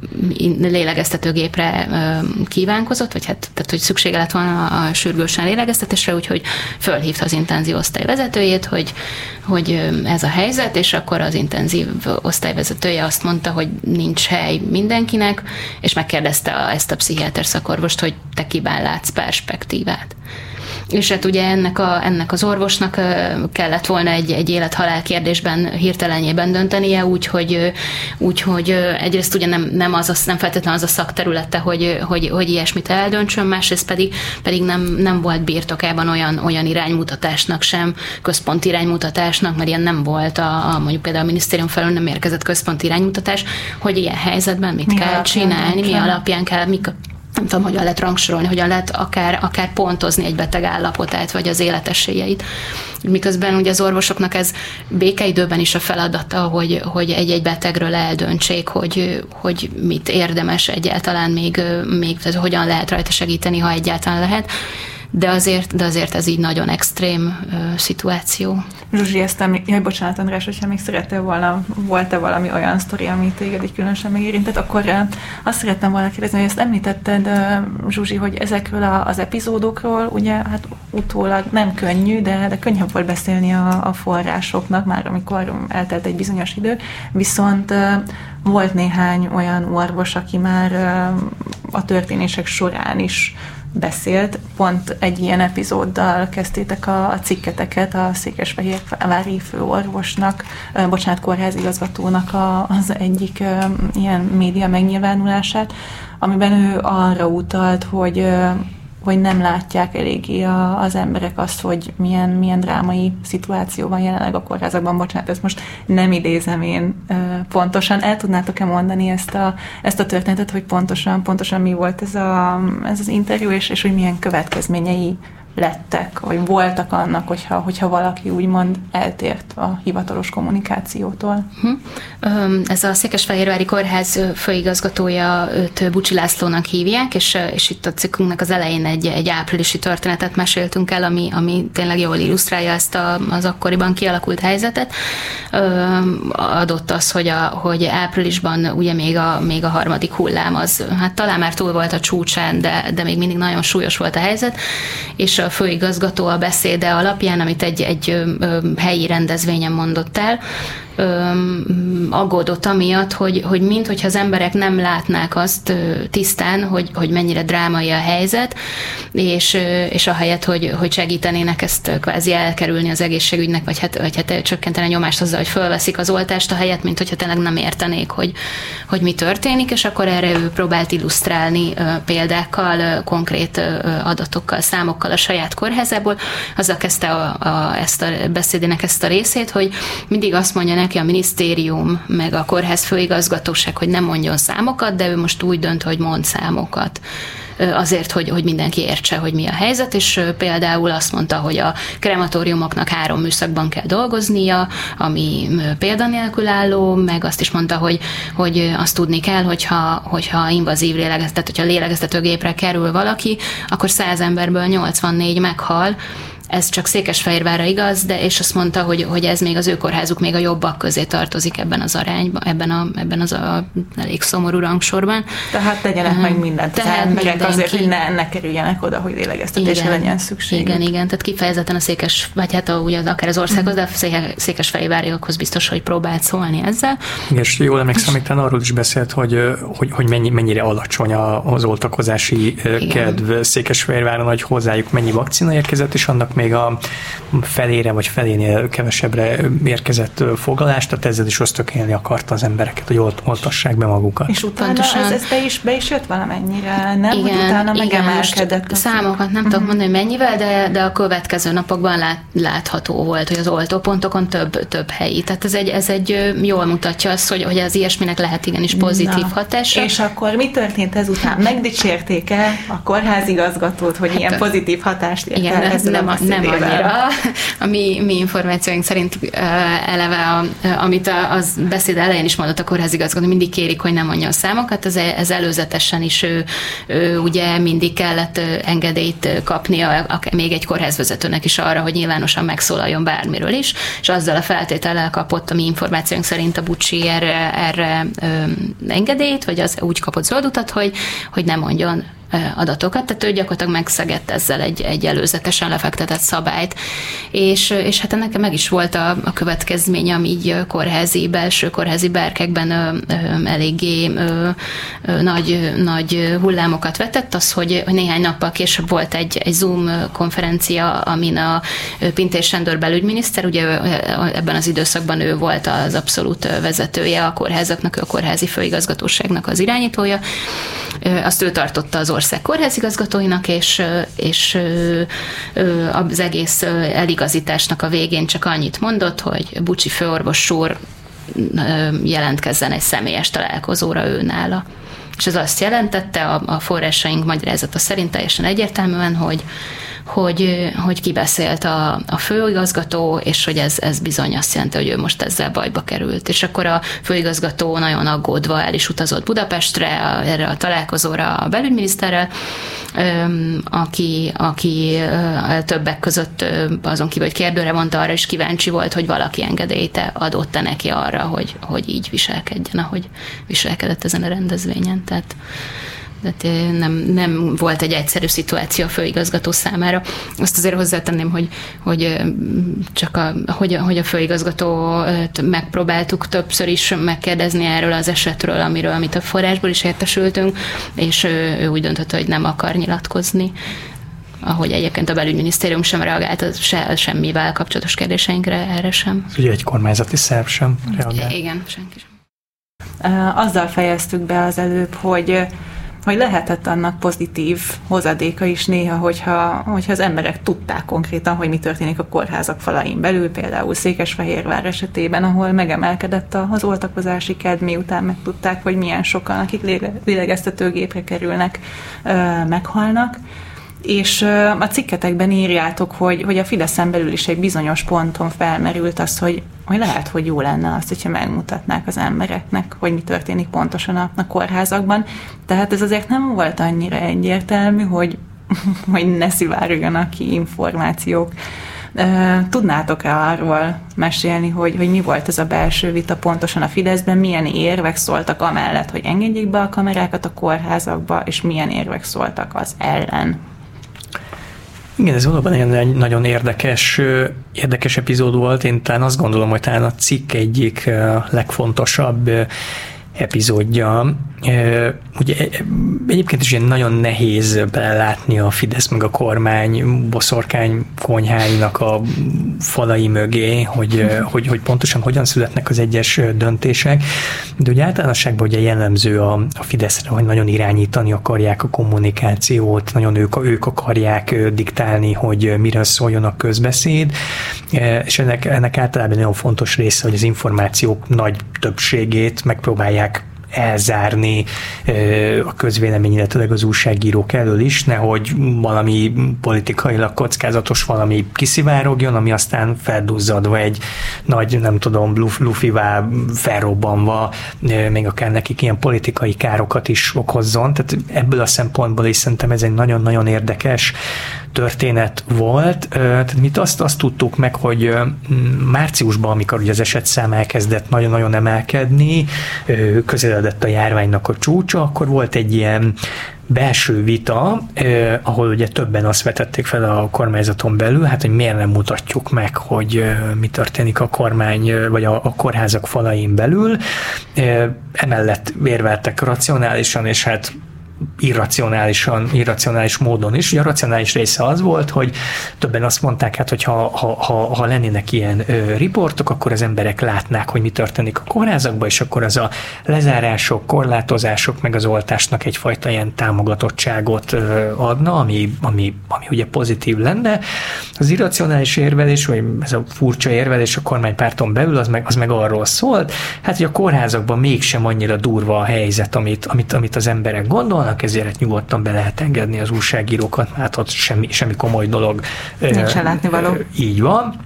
lélegeztetőgépre ö, kívánkozott, vagy hát, tehát, hogy szüksége lett volna a sürgősen lélegeztetésre, úgyhogy fölhívta az intenzív osztály vezetőjét, hogy, hogy ez a helyzet, és akkor az intenzív osztályvezetője azt mondta, hogy nincs hely mindenkinek, és megkérdezte ezt a pszichiáter szakorvost, hogy te kiben látsz perspektívát. És hát ugye ennek, a, ennek az orvosnak kellett volna egy, egy élet-halál kérdésben hirtelenjében döntenie, úgyhogy úgy, hogy egyrészt ugye nem, nem, az a, nem feltétlenül az a szakterülete, hogy, hogy, hogy ilyesmit eldöntsön, másrészt pedig, pedig nem, nem volt birtokában olyan, olyan iránymutatásnak sem, központi iránymutatásnak, mert ilyen nem volt, a, a, mondjuk például a minisztérium felől nem érkezett központi iránymutatás, hogy ilyen helyzetben mit mi kell csinálni, mi alapján kell, mik nem tudom, hogyan lehet rangsorolni, hogyan lehet akár, akár pontozni egy beteg állapotát, vagy az életesélyeit. Miközben ugye az orvosoknak ez békeidőben is a feladata, hogy, hogy egy-egy betegről eldöntsék, hogy, hogy mit érdemes egyáltalán még, még tehát hogyan lehet rajta segíteni, ha egyáltalán lehet. de azért, de azért ez így nagyon extrém ö, szituáció. Zsuzsi, ezt emlé... Jaj, bocsánat, András, hogyha még szerettél volna, volt-e valami olyan sztori, ami téged így különösen megérintett, akkor uh, azt szerettem volna kérdezni, hogy ezt említetted, uh, Zsuzsi, hogy ezekről a, az epizódokról, ugye, hát utólag nem könnyű, de, de könnyebb volt beszélni a, a forrásoknak, már amikor eltelt egy bizonyos idő, viszont uh, volt néhány olyan orvos, aki már uh, a történések során is beszélt. Pont egy ilyen epizóddal kezdtétek a, a cikketeket a székesfehérvári főorvosnak, uh, bocsánat, kórházigazgatónak a, az egyik uh, ilyen média megnyilvánulását, amiben ő arra utalt, hogy uh, hogy nem látják eléggé a, az emberek azt, hogy milyen, milyen drámai szituáció van jelenleg a kórházakban. Bocsánat, ezt most nem idézem én uh, pontosan. El tudnátok-e mondani ezt a, ezt a történetet, hogy pontosan, pontosan mi volt ez, a, ez az interjú, és, és hogy milyen következményei lettek, vagy voltak annak, hogyha, hogyha valaki úgymond eltért a hivatalos kommunikációtól. Ez a Székesfehérvári Kórház főigazgatója, őt Bucsi Lászlónak hívják, és, és itt a cikkünknek az elején egy, egy áprilisi történetet meséltünk el, ami, ami tényleg jól illusztrálja ezt a, az akkoriban kialakult helyzetet. Adott az, hogy, a, hogy áprilisban ugye még a, még a harmadik hullám az, hát talán már túl volt a csúcsán, de, de még mindig nagyon súlyos volt a helyzet, és a főigazgató a beszéde alapján, amit egy, egy helyi rendezvényen mondott el, aggódott amiatt, hogy, hogy minthogyha az emberek nem látnák azt tisztán, hogy, hogy mennyire drámai a helyzet, és, és ahelyett, hogy, hogy segítenének ezt kvázi elkerülni az egészségügynek, vagy hát, vagy hát csökkenteni a nyomást azzal, hogy fölveszik az oltást, ahelyett, mint hogyha tényleg nem értenék, hogy, hogy mi történik, és akkor erre ő próbált illusztrálni példákkal, konkrét adatokkal, számokkal a saját kórházából. Azzal kezdte a, a, ezt a beszédének ezt a részét, hogy mindig azt mondja neki a minisztérium, meg a kórház főigazgatóság, hogy nem mondjon számokat, de ő most úgy dönt, hogy mond számokat. Azért, hogy, hogy mindenki értse, hogy mi a helyzet, és például azt mondta, hogy a krematóriumoknak három műszakban kell dolgoznia, ami példanélkülálló, meg azt is mondta, hogy, hogy azt tudni kell, hogyha, hogyha invazív lélegeztet, hogyha lélegeztetőgépre kerül valaki, akkor száz emberből nyolcvannégy meghal. Ez csak Székesfehérvárra igaz, de és azt mondta, hogy, hogy ez még az ő kórházuk még a jobbak közé tartozik ebben az arányban, ebben, a, ebben az a elég szomorú rangsorban. Tehát tegyenek uh, meg mindent tehát mindenki, azért, hogy ne, ne kerüljenek oda, hogy lélegeztetésre legyen szükség. Igen, igen, tehát kifejezetten a Székes, vagy hát a, ugye akár az országhoz, uh-huh. de a Székesfehérváriakhoz biztos, hogy próbált szólni ezzel. Igen, és jól emlékszem, még talán arról is beszélt, hogy, hogy, hogy mennyi, mennyire alacsony az oltakozási igen. kedv Székesfehérváron, hogy hozzájuk mennyi vakcina érkezett, és annak még a felére vagy felénél kevesebbre érkezett foglalást, tehát ezzel is ösztökélni akarta az embereket, hogy olt, oltassák be magukat. És utána ez, ez be, is, be is jött valamennyire, nem? Igen, hogy utána megemelkedett. Számokat nem uh-huh. tudok mondani, hogy mennyivel, de, de a következő napokban lát, látható volt, hogy az oltópontokon több, több helyi. Tehát ez egy, ez egy jól mutatja azt, hogy, hogy az ilyesminek lehet igenis pozitív Na. hatása. És akkor mi történt ezután? Megdicsérték-e a kórházigazgatót, hogy hát ilyen pozitív hatást ért el ezzel a nem annyira. A mi, mi információink szerint uh, eleve, a, amit a, az beszéd elején is mondott a kórházigazgató, mindig kérik, hogy nem mondjon számokat, ez, ez előzetesen is ő, ő ugye mindig kellett engedélyt kapnia a, még egy kórházvezetőnek is arra, hogy nyilvánosan megszólaljon bármiről is, és azzal a feltétellel kapott a mi információink szerint a Bucsi erre, erre ö, engedélyt, vagy az úgy kapott zöld utat, hogy, hogy nem mondjon adatokat, tehát ő gyakorlatilag megszegett ezzel egy, egy előzetesen lefektetett szabályt, és, és hát ennek meg is volt a, a következménye, ami így kórházi, belső kórházi berkekben ö, ö, eléggé ö, ö, nagy, nagy hullámokat vetett, az, hogy, hogy néhány nappal később volt egy, egy Zoom konferencia, amin a Pintér Sándor belügyminiszter, ugye ebben az időszakban ő volt az abszolút vezetője a kórházaknak, a kórházi főigazgatóságnak az irányítója, azt ő tartotta az ország kórházigazgatóinak, és, és az egész eligazításnak a végén csak annyit mondott, hogy Bucsi főorvos úr jelentkezzen egy személyes találkozóra ő nála. És ez azt jelentette, a, a forrásaink magyarázata szerint teljesen egyértelműen, hogy hogy, hogy kibeszélt a, a főigazgató, és hogy ez, ez bizony azt jelenti, hogy ő most ezzel bajba került. És akkor a főigazgató nagyon aggódva el is utazott Budapestre, a, erre a találkozóra a belügyminiszterrel, aki, aki többek között azon kívül, hogy kérdőre mondta, arra is kíváncsi volt, hogy valaki engedélyt adott-e neki arra, hogy, hogy így viselkedjen, ahogy viselkedett ezen a rendezvényen. Tehát Tehát nem, nem volt egy egyszerű szituáció a főigazgató számára. Azt azért hozzátenném, hogy, hogy csak a, hogy, a, hogy a főigazgatót megpróbáltuk többször is megkérdezni erről az esetről, amiről, amit a forrásból is értesültünk, és ő, ő úgy döntött, hogy nem akar nyilatkozni, ahogy egyébként a belügyminisztérium sem reagált se, semmivel kapcsolatos kérdéseinkre, erre sem. Ugye egy kormányzati szerv sem reagált. Igen, senki sem. Azzal fejeztük be az előbb, hogy hogy lehetett annak pozitív hozadéka is néha, hogyha, hogyha az emberek tudták konkrétan, hogy mi történik a kórházak falain belül, például Székesfehérvár esetében, ahol megemelkedett az oltakozási kedv, miután megtudták, hogy milyen sokan, akik lélegeztetőgépre kerülnek, meghalnak. És a cikketekben írjátok, hogy, hogy a Fideszen belül is egy bizonyos ponton felmerült az, hogy, hogy lehet, hogy jó lenne azt, hogyha megmutatnák az embereknek, hogy mi történik pontosan a, a kórházakban. Tehát ez azért nem volt annyira egyértelmű, hogy, hogy ne szivárogjanak ki információk. Tudnátok-e arról mesélni, hogy, hogy mi volt ez a belső vita pontosan a Fideszben, milyen érvek szóltak amellett, hogy engedjék be a kamerákat a kórházakba, és milyen érvek szóltak az ellen? Igen, ez valóban egy nagyon érdekes, érdekes epizód volt. Én talán azt gondolom, hogy talán a cikk egyik legfontosabb epizódja. Ugye egyébként is ilyen nagyon nehéz belátni a Fidesz meg a kormány boszorkány konyháinak a falai mögé, hogy, hogy, hogy pontosan hogyan születnek az egyes döntések. De ugye általánosságban ugye jellemző a, a Fideszre, hogy nagyon irányítani akarják a kommunikációt, nagyon ők, ők akarják diktálni, hogy mire szóljon a közbeszéd, és ennek, ennek általában nagyon fontos része, hogy az információk nagy többségét megpróbálják elzárni a közvélemény, illetőleg az újságírók elől is, nehogy valami politikailag kockázatos valami kiszivárogjon, ami aztán felduzzadva egy nagy, nem tudom, lufivá felrobbanva, még akár nekik ilyen politikai károkat is okozzon. Tehát ebből a szempontból is szerintem ez egy nagyon-nagyon érdekes történet volt. Tehát mit azt, azt tudtuk meg, hogy márciusban, amikor ugye az esetszám elkezdett nagyon-nagyon emelkedni, közeledett a járványnak a csúcsa, akkor volt egy ilyen belső vita, eh, ahol ugye többen azt vetették fel a kormányzaton belül, hát hogy miért nem mutatjuk meg, hogy eh, mi történik a kormány, vagy a, a kórházak falain belül. Eh, emellett érveltek racionálisan, és hát irracionálisan, irracionális módon is. Ugye a racionális része az volt, hogy többen azt mondták, hát, hogy ha, ha, ha, ha lennének ilyen ö, riportok, akkor az emberek látnák, hogy mi történik a kórházakban, és akkor az a lezárások, korlátozások, meg az oltásnak egyfajta ilyen támogatottságot ö, adna, ami, ami, ami ugye pozitív lenne. Az irracionális érvelés, vagy ez a furcsa érvelés a kormánypárton belül, az meg, az meg arról szólt, hát, hogy a kórházakban mégsem annyira durva a helyzet, amit, amit, amit az emberek gondolnak, ezért nyugodtan be lehet engedni az újságírókat, hát ott semmi, semmi komoly dolog. Nincsen látnivaló. Így van.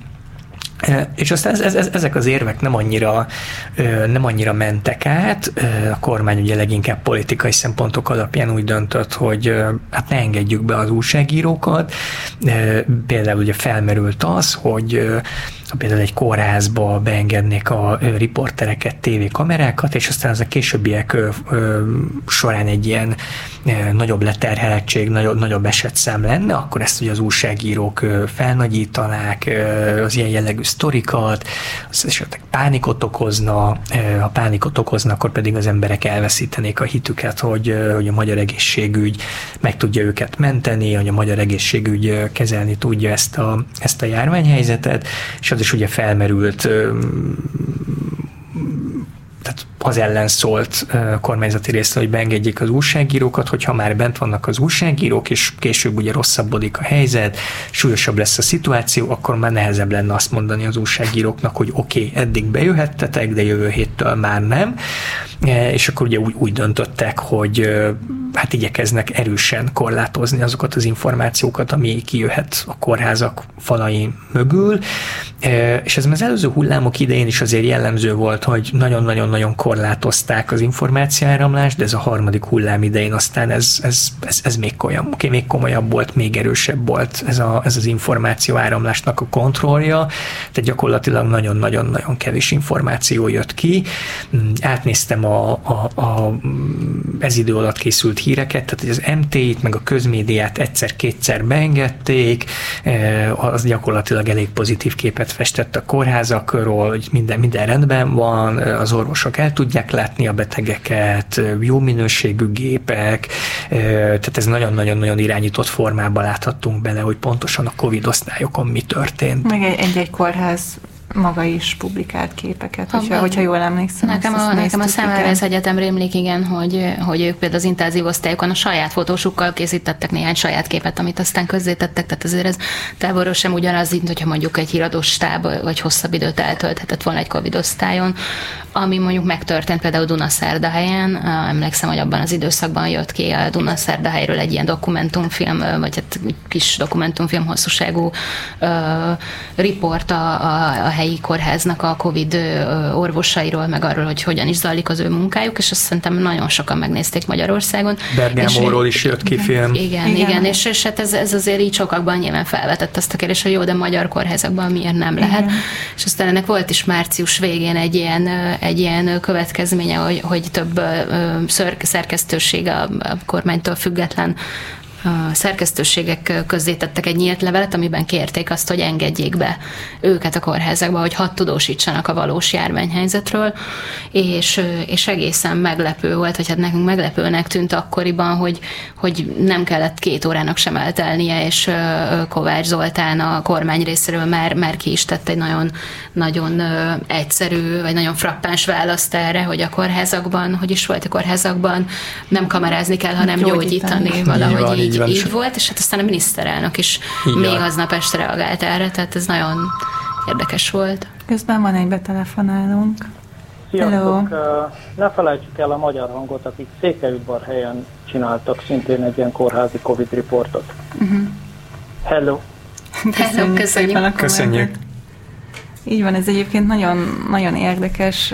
És aztán ez, ez, ezek az érvek nem annyira, nem annyira mentek át. A kormány ugye leginkább politikai szempontok alapján úgy döntött, hogy hát ne engedjük be az újságírókat. Például ugye felmerült az, hogy például egy kórházba beengednék a riportereket, tévékamerákat, és aztán az a későbbiek során egy ilyen nagyobb leterheltség, nagyobb, nagyobb esetszám lenne, akkor ezt ugye az újságírók felnagyítanák, az ilyen jellegű sztorikat, az esetleg pánikot okozna, ha pánikot okozna, akkor pedig az emberek elveszítenék a hitüket, hogy, hogy a magyar egészségügy meg tudja őket menteni, hogy a magyar egészségügy kezelni tudja ezt a, ezt a járványhelyzetet, és az is ugye felmerült, tehát az ellen szólt a kormányzati részre, hogy beengedjék az újságírókat, hogyha már bent vannak az újságírók, és később ugye rosszabbodik a helyzet, súlyosabb lesz a szituáció, akkor már nehezebb lenne azt mondani az újságíróknak, hogy oké, okay, eddig bejöhettetek, de jövő héttől már nem. És akkor ugye úgy, úgy döntöttek, hogy hát igyekeznek erősen korlátozni azokat az információkat, ami kijöhet a kórházak falain mögül. És ez az előző hullámok idején is azért jellemző volt, hogy nagyon-nagyon-nagyon korlátozták az információáramlást, de ez a harmadik hullám idején aztán ez, ez, ez, ez még, olyan, okay, még komolyabb volt, még erősebb volt ez, a, ez az információáramlásnak a kontrollja, tehát gyakorlatilag nagyon-nagyon-nagyon kevés információ jött ki. Átnéztem a, a, a ez idő alatt készült híreket, tehát hogy az em té í-t meg a közmédiát egyszer-kétszer beengedték, az gyakorlatilag elég pozitív képet festett a kórházakról, hogy minden, minden rendben van, az orvosok el tudják látni a betegeket, jó minőségű gépek, tehát ez nagyon-nagyon-nagyon irányított formában láthattunk bele, hogy pontosan a Covid osztályokon mi történt. Meg egy-egy kórház maga is publikált képeket, hogyha, hogyha jól emlékszem. Nekem a, nekem a Szemmelweis Egyetem rémlik, igen, hogy, hogy ők például az intenzív osztályokon a saját fotósukkal készítettek néhány saját képet, amit aztán közzétettek, tehát azért ez távolról sem ugyanaz, mint hogyha mondjuk egy híradós stáb vagy hosszabb időt eltölthetett volna egy Covid osztályon, ami mondjuk megtörtént például Dunaszerdahelyen. Emlékszem, hogy abban az időszakban jött ki a Dunaszerdahelyről egy ilyen dokumentumfilm, vagy hát kis dokumentumfilm hosszúságú uh, riport a, a, a helyi kórháznak a Covid orvosairól, meg arról, hogy hogyan is zajlik az ő munkájuk, és azt szerintem nagyon sokan megnézték Magyarországon. Bergámóról is jött ki film. Igen, igen, igen és, és hát ez, ez azért így sokakban nyilván felvetett azt a kérdést, hogy jó, de magyar kórházakban miért nem lehet. Igen. És aztán ennek volt is március végén egy ilyen, egy ilyen következménye, hogy, hogy több szerkesztőség a, a kormánytól független a szerkesztőségek közzétettek egy nyílt levelet, amiben kérték azt, hogy engedjék be őket a kórházakba, hogy hadd tudósítsanak a valós járványhelyzetről, és, és egészen meglepő volt, vagy hát nekünk meglepőnek tűnt akkoriban, hogy, hogy nem kellett két órának sem eltelnie, és Kovács Zoltán a kormány részéről már, már ki is tett egy nagyon, nagyon egyszerű, vagy nagyon frappáns választ erre, hogy a kórházakban, hogy is volt a kórházakban, nem kamerázni kell, hanem gyógyítani, gyógyítani valahogy így. Így, így volt, és hát aztán a miniszterelnök is így még van. Aznap este reagált erre, tehát ez nagyon érdekes volt. Közben van egy betelefonálunk. Sziasztok! Hello. Ne felejtsük el a Magyar Hangot, akik Székelyudvarhelyen csináltak szintén egy ilyen kórházi Covid riportot. Uh-huh. Hello! Hello, köszönjük! Köszönjük! Így van, ez egyébként nagyon, nagyon érdekes,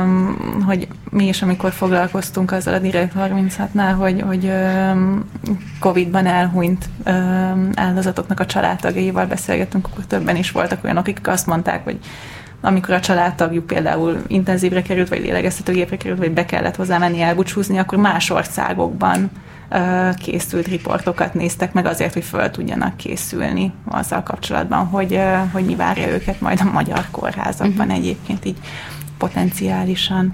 hogy mi is, amikor foglalkoztunk azzal a Direkt harminchatnál, hogy, hogy Covid-ban elhunyt áldozatoknak a családtagjaival beszélgettünk, akkor többen is voltak olyanok, akik azt mondták, hogy amikor a családtagjuk például intenzívre került, vagy lélegeztetőgépre került, vagy be kellett hozzá menni elbúcsúzni, akkor más országokban készült riportokat néztek meg azért, hogy föl tudjanak készülni azzal kapcsolatban, hogy, hogy mi várja őket majd a magyar kórházakban uh-huh. egyébként így potenciálisan.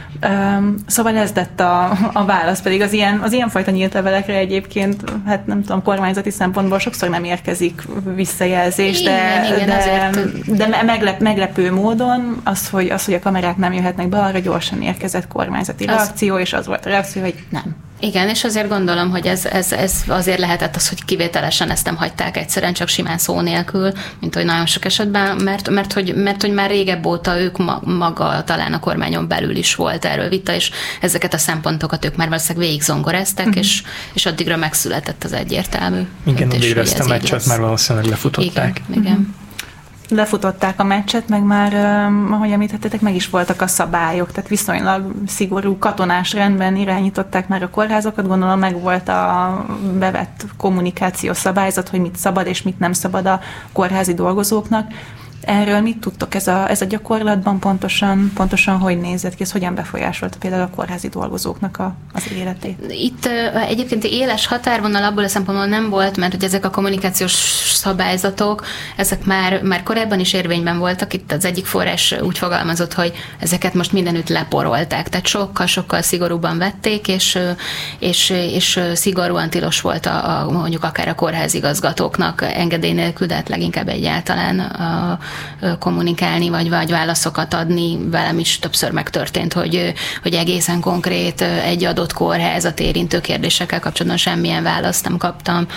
Szóval ez lett a, a válasz, pedig az, ilyen, az ilyenfajta nyílt levelekre egyébként, hát nem tudom, kormányzati szempontból sokszor nem érkezik visszajelzés, de, igen, igen, de, de meglep, meglepő módon az hogy, az, hogy a kamerák nem jöhetnek be, arra gyorsan érkezett kormányzati az... reakció, és az volt a reakció, hogy nem. Igen, és azért gondolom, hogy ez, ez, ez azért lehetett az, hogy kivételesen ezt nem hagyták egyszerűen, csak simán szó nélkül, mint hogy nagyon sok esetben, mert, mert, hogy, mert hogy már régebb óta ők ma, maga talán a kormányon belül is volt erről vita, és ezeket a szempontokat ők már valószínűleg végig zongorázták, uh-huh. és, és addigra megszületett az egyértelmű. Igen, addigra ezt a meccset már valószínűleg lefutották. Igen, igen. Uh-huh. Lefutották a meccset, meg már, ahogy említettétek, meg is voltak a szabályok, tehát viszonylag szigorú katonás rendben irányították már a kórházakat, gondolom meg volt a bevett kommunikációs szabályzat, hogy mit szabad és mit nem szabad a kórházi dolgozóknak. Erről mit tudtok? Ez a, ez a gyakorlatban pontosan, pontosan hogy nézett ki, ez hogyan befolyásolta például a kórházi dolgozóknak a, az életét? Itt uh, egyébként éles határvonal abból a szempontból nem volt, mert hogy ezek a kommunikációs szabályzatok, ezek már, már korábban is érvényben voltak. Itt az egyik forrás úgy fogalmazott, hogy ezeket most mindenütt leporolták, tehát sokkal-sokkal szigorúban vették, és, és, és szigorúan tilos volt a, a, mondjuk akár a kórházigazgatóknak engedély nélkül, de hát leginkább egyáltalán a kommunikálni, vagy, vagy válaszokat adni. Velem is többször megtörtént, hogy, hogy egészen konkrét egy adott kórházat érintő kérdésekkel kapcsolatban semmilyen választ nem kaptam.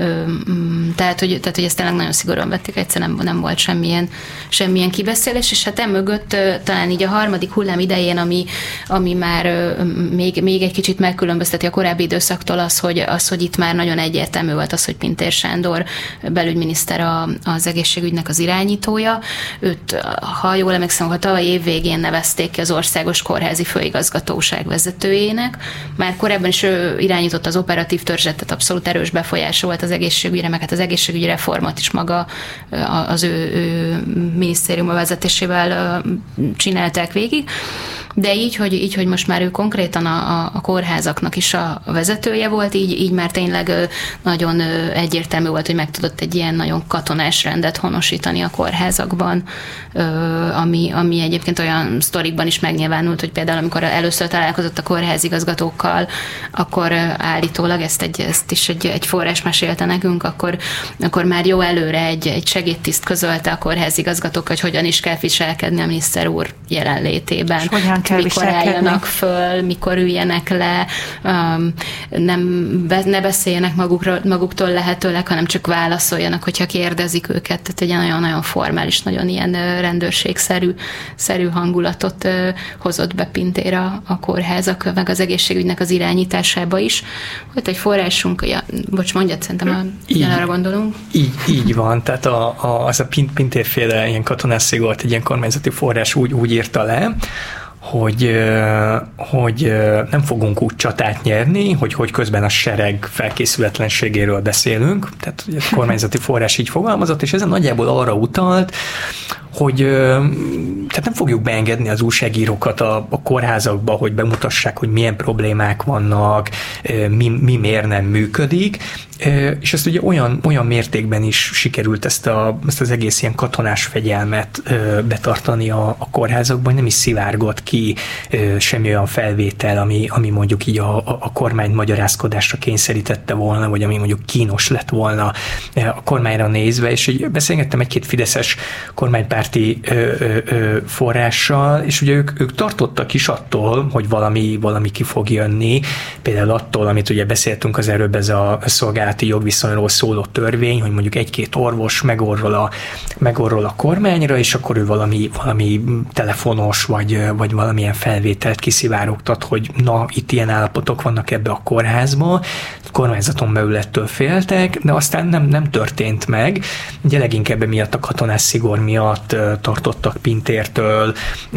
Tehát, hogy, tehát, hogy ezt tényleg nagyon szigorúan vették, egyszerűen nem, nem volt semmilyen, semmilyen kibeszélés, és hát emögött talán így a harmadik hullám idején, ami, ami már még, még egy kicsit megkülönbözteti a korábbi időszaktól az, hogy, az, hogy itt már nagyon egyértelmű volt az, hogy Pintér Sándor belügyminiszter a, az egészségügynek az irányítója. Őt, ha jól emlékszem, ha tavaly év végén nevezték ki az Országos Kórházi Főigazgatóság vezetőjének. Már korábban is ő irányított az operatív törzset, tehát abszolút erős befolyása volt az egészségügyre, meg hát az egészségügyi reformot is maga az ő, ő minisztériuma vezetésével csinálták végig. De így hogy, így, hogy most már ő konkrétan a, a kórházaknak is a vezetője volt, így, így már tényleg nagyon egyértelmű volt, hogy meg tudott egy ilyen nagyon katonás rendet honosítani a kórházakban, ami, ami egyébként olyan sztorikban is megnyilvánult, hogy például amikor először találkozott a kórházigazgatókkal, akkor állítólag ezt, egy, ezt is egy, egy forrás mesélte nekünk, akkor, akkor már jó előre egy, egy segédtiszt közölte a kórházigazgatók, hogy hogyan is kell viselkedni a miniszter úr jelenlétében. Mikor viselkedni. Álljanak föl, mikor üljenek le, um, nem, be, ne beszéljenek magukról, maguktól lehetőleg, hanem csak válaszoljanak, hogyha kérdezik őket. Tehát egy nagyon-nagyon formális, nagyon ilyen rendőrségszerű szerű hangulatot uh, hozott be Pintér a, a kórházak, meg az egészségügynek az irányításába is. Volt egy forrásunk, ja, bocs, mondjad, szerintem arra gondolunk. Így, így van, tehát a, a, az a Pintér-féle ilyen katonás szigort, egy ilyen kormányzati forrás úgy, úgy írta le, hogy, hogy nem fogunk úgy csatát nyerni, hogy, hogy közben a sereg felkészületlenségéről beszélünk, tehát a kormányzati forrás így fogalmazott, és ezen nagyjából arra utalt, hogy tehát nem fogjuk beengedni az újságírókat a, a kórházakba, hogy bemutassák, hogy milyen problémák vannak, mi, mi miért nem működik, és ezt ugye olyan, olyan mértékben is sikerült ezt, a, ezt az egész ilyen katonás fegyelmet betartani a, a kórházakban, hogy nem is szivárgott ki semmi olyan felvétel, ami, ami mondjuk így a, a, a kormányt magyarázkodásra kényszerítette volna, vagy ami mondjuk kínos lett volna a kormányra nézve, és így beszélgettem egy-két fideszes kormánypárti ö, ö, ö, forrással, és ugye ők, ők tartottak is attól, hogy valami, valami ki fog jönni, például attól, amit ugye beszéltünk az előbb, ez a szolgálati jogviszonyról szóló törvény, hogy mondjuk egy-két orvos megorrol a, megorrol a kormányra, és akkor ő valami, valami telefonos, vagy, vagy valamilyen felvételt kiszivárogtat, hogy na, itt ilyen állapotok vannak ebbe a kórházba, a kormányzaton belül ettől féltek, de aztán nem, nem történt meg. Ugye leginkább miatt a katonás szigor miatt tartottak Pintértől,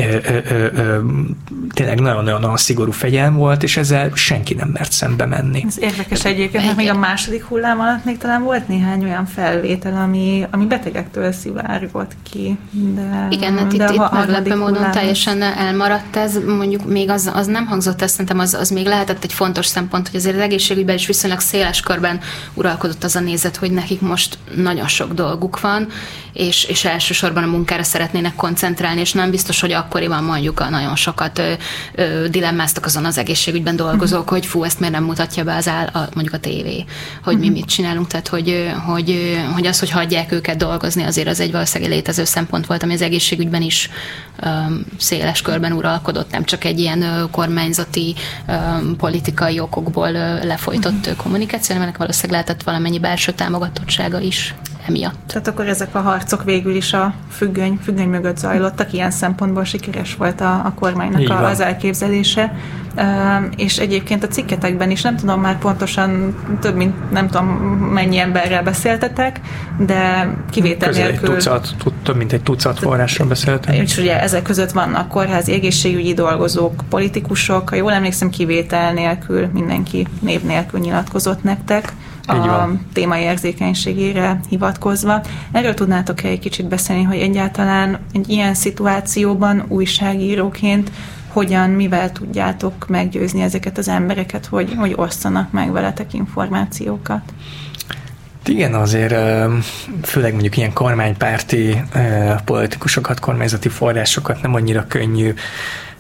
tényleg nagyon-nagyon szigorú fegyelm volt, és ezzel senki nem mert szembe menni. Ez érdekes egyébként, mert még a második hullám alatt még talán volt néhány olyan felvétel, ami, ami betegektől szivárgott ki. De, igen, hát itt, itt meglepő módon hullám... teljesen elmaradt ez, mondjuk még az, az nem hangzott, ezt szerintem az, az még lehetett egy fontos szempont, hogy azért az egészségügyben is viszonylag széles körben uralkodott az a nézet, hogy nekik most nagyon sok dolguk van, és, és elsősorban a munkára szeretnének koncentrálni, és nem biztos, hogy akkoriban mondjuk a nagyon sokat ö, ö, dilemmáztak azon az egészségügyben dolgozók, uh-huh. hogy fú, ezt miért nem mutatja be az áll, a, mondjuk a tévé, hogy uh-huh. mi mit csinálunk, tehát hogy, hogy, hogy az, hogy hagyják őket dolgozni, azért az egy valószínűleg létező szempont volt, ami az egészségügyben is ö, széles körben uralkodott, nem csak egy ilyen ö, kormányzati, ö, politikai okokból ö, lefolytott uh-huh. kommunikáció, hanem ennek valószínűleg lehetett valamennyi belső támogatottsága is emiatt. Tehát akkor ezek a harcok végül is a függöny, függöny mögött zajlottak, ilyen szempontból sikeres volt a, a kormánynak a, az elképzelése. Uh, és egyébként a cikketekben is, nem tudom már pontosan több mint nem tudom mennyi emberrel beszéltetek, de kivétel Közel nélkül... Egy tucat, több mint egy tucat forrásról beszéltünk. És ugye ezek között vannak kórházi egészségügyi dolgozók, politikusok, ha jól emlékszem, kivétel nélkül, mindenki név nélkül nyilatkozott nektek a témai érzékenységére hivatkozva. Erről tudnátok-e egy kicsit beszélni, hogy egyáltalán egy ilyen szituációban újságíróként hogyan, mivel tudjátok meggyőzni ezeket az embereket, hogy, hogy osszanak meg veletek információkat? Igen, azért főleg mondjuk ilyen kormánypárti politikusokat, kormányzati forrásokat nem annyira könnyű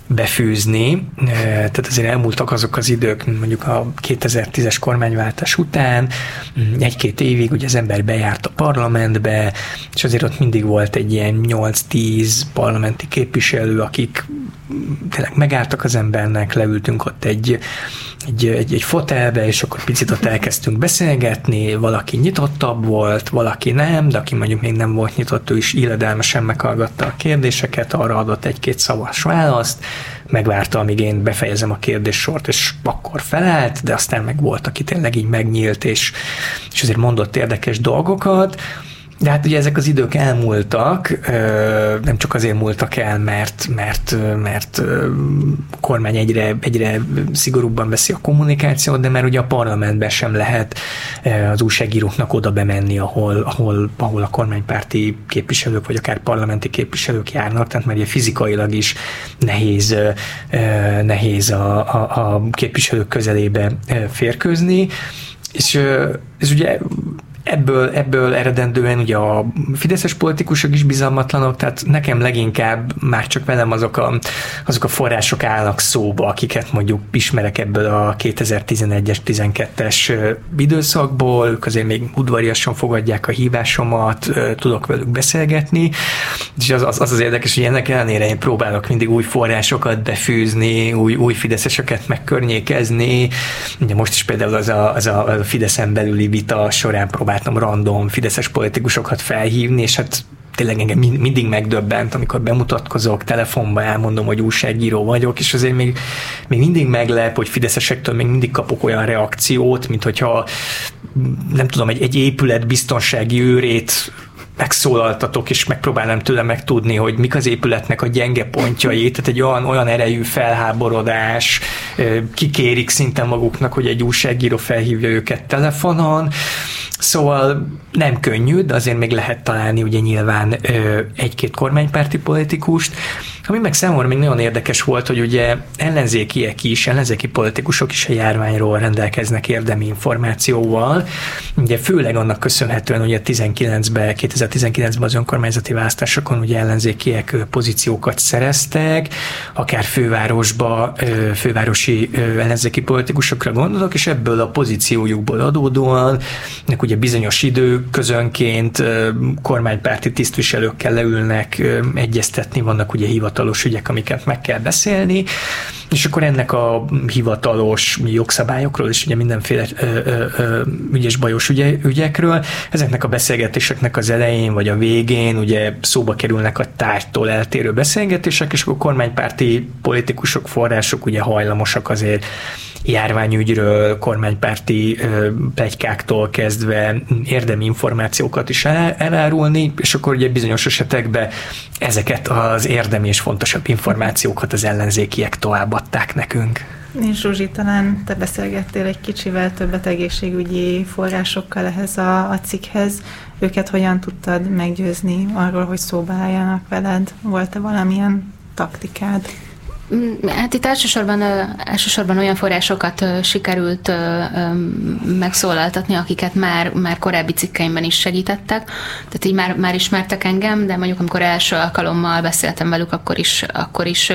befűzni. Tehát azért elmúltak azok az idők, mondjuk a kétezer-tízes kormányváltás után, egy-két évig ugye az ember bejárt a parlamentbe, és azért ott mindig volt egy ilyen nyolc-tíz parlamenti képviselő, akik tényleg megálltak az embernek, leültünk ott egy, egy, egy, egy fotelbe, és akkor picit ott elkezdtünk beszélgetni, valaki nyitottabb volt, valaki nem, de aki mondjuk még nem volt nyitott, ő is illedelmesen meghallgatta a kérdéseket, arra adott egy-két szavas választ, megvárta, amíg én befejezem a kérdéssort, és akkor felállt, de aztán meg volt, aki tényleg így megnyílt, és, és azért mondott érdekes dolgokat. De hát ugye ezek az idők elmúltak, nem csak azért múltak el, mert, mert, mert a kormány egyre, egyre szigorúbban veszi a kommunikációt, de mert ugye a parlamentben sem lehet az újságíróknak oda bemenni, ahol, ahol, ahol a kormánypárti képviselők, vagy akár parlamenti képviselők járnak, tehát mert ugye fizikailag is nehéz, nehéz a, a, a képviselők közelébe férkőzni, és ez ugye Ebből, ebből eredendően ugye a fideszes politikusok is bizalmatlanok, tehát nekem leginkább már csak velem azok a, azok a források állnak szóba, akiket mondjuk ismerek ebből a kétezer-tizenegyes, tizenkettes időszakból, ők azért még udvariasan fogadják a hívásomat, tudok velük beszélgetni, és az az, az, az érdekes, hogy ennek ellenére én próbálok mindig új forrásokat befűzni, új, új fideszeseket megkörnyékezni. Ugye most is például az a, az a, a Fideszen belüli vita során próbál random fideszes politikusokat felhívni, és hát tényleg engem mindig megdöbbent, amikor bemutatkozok, telefonban elmondom, hogy újságíró vagyok, és azért még, még mindig meglep, hogy fideszesektől még mindig kapok olyan reakciót, mint hogyha nem tudom, egy, egy épület biztonsági őrét megszólaltatok, és megpróbálnám tőle megtudni, hogy mik az épületnek a gyenge pontjai, tehát egy olyan, olyan erejű felháborodás, kikérik szinte maguknak, hogy egy újságíró felhívja őket telefonon, szóval nem könnyű, de azért még lehet találni ugye nyilván egy-két kormánypárti politikust, ami meg számomra még nagyon érdekes volt, hogy ugye ellenzékiek is, ellenzéki politikusok is a járványról rendelkeznek érdemi információval. Ugye főleg annak köszönhetően, hogy a tizenkilencben, kétezer-tizenkilencben az önkormányzati választásokon ugye ellenzékiek pozíciókat szereztek, akár fővárosba, fővárosi ellenzéki politikusokra gondolok, és ebből a pozíciójukból adódóan ugye bizonyos időközönként kormánymánypárti tisztviselőkkel leülnek egyeztetni, vannak ugye hivatalos ügyek, amiket meg kell beszélni, és akkor ennek a hivatalos jogszabályokról és ugye mindenféle ö, ö, ö, ügyes bajos ügye, ügyekről, ezeknek a beszélgetéseknek az elején vagy a végén ugye szóba kerülnek a tárgytól eltérő beszélgetések, és akkor kormánypárti politikusok, források ugye hajlamosak azért járványügyről, kormánypárti pletykáktól kezdve érdemi információkat is elárulni, és akkor ugye bizonyos esetekben ezeket az érdemi és fontosabb információkat az ellenzékiek továbbadták nekünk. És Zsuzsi, talán te beszélgettél egy kicsivel többet egészségügyi forrásokkal ehhez a, a cikkhez. Őket hogyan tudtad meggyőzni arról, hogy szóba álljanak veled? Volt-e valamilyen taktikád? Hát itt elsősorban, elsősorban olyan forrásokat sikerült megszólaltatni, akiket már, már korábbi cikkeimben is segítettek. Tehát így már, már ismertek engem, de mondjuk amikor első alkalommal beszéltem velük, akkor is, akkor is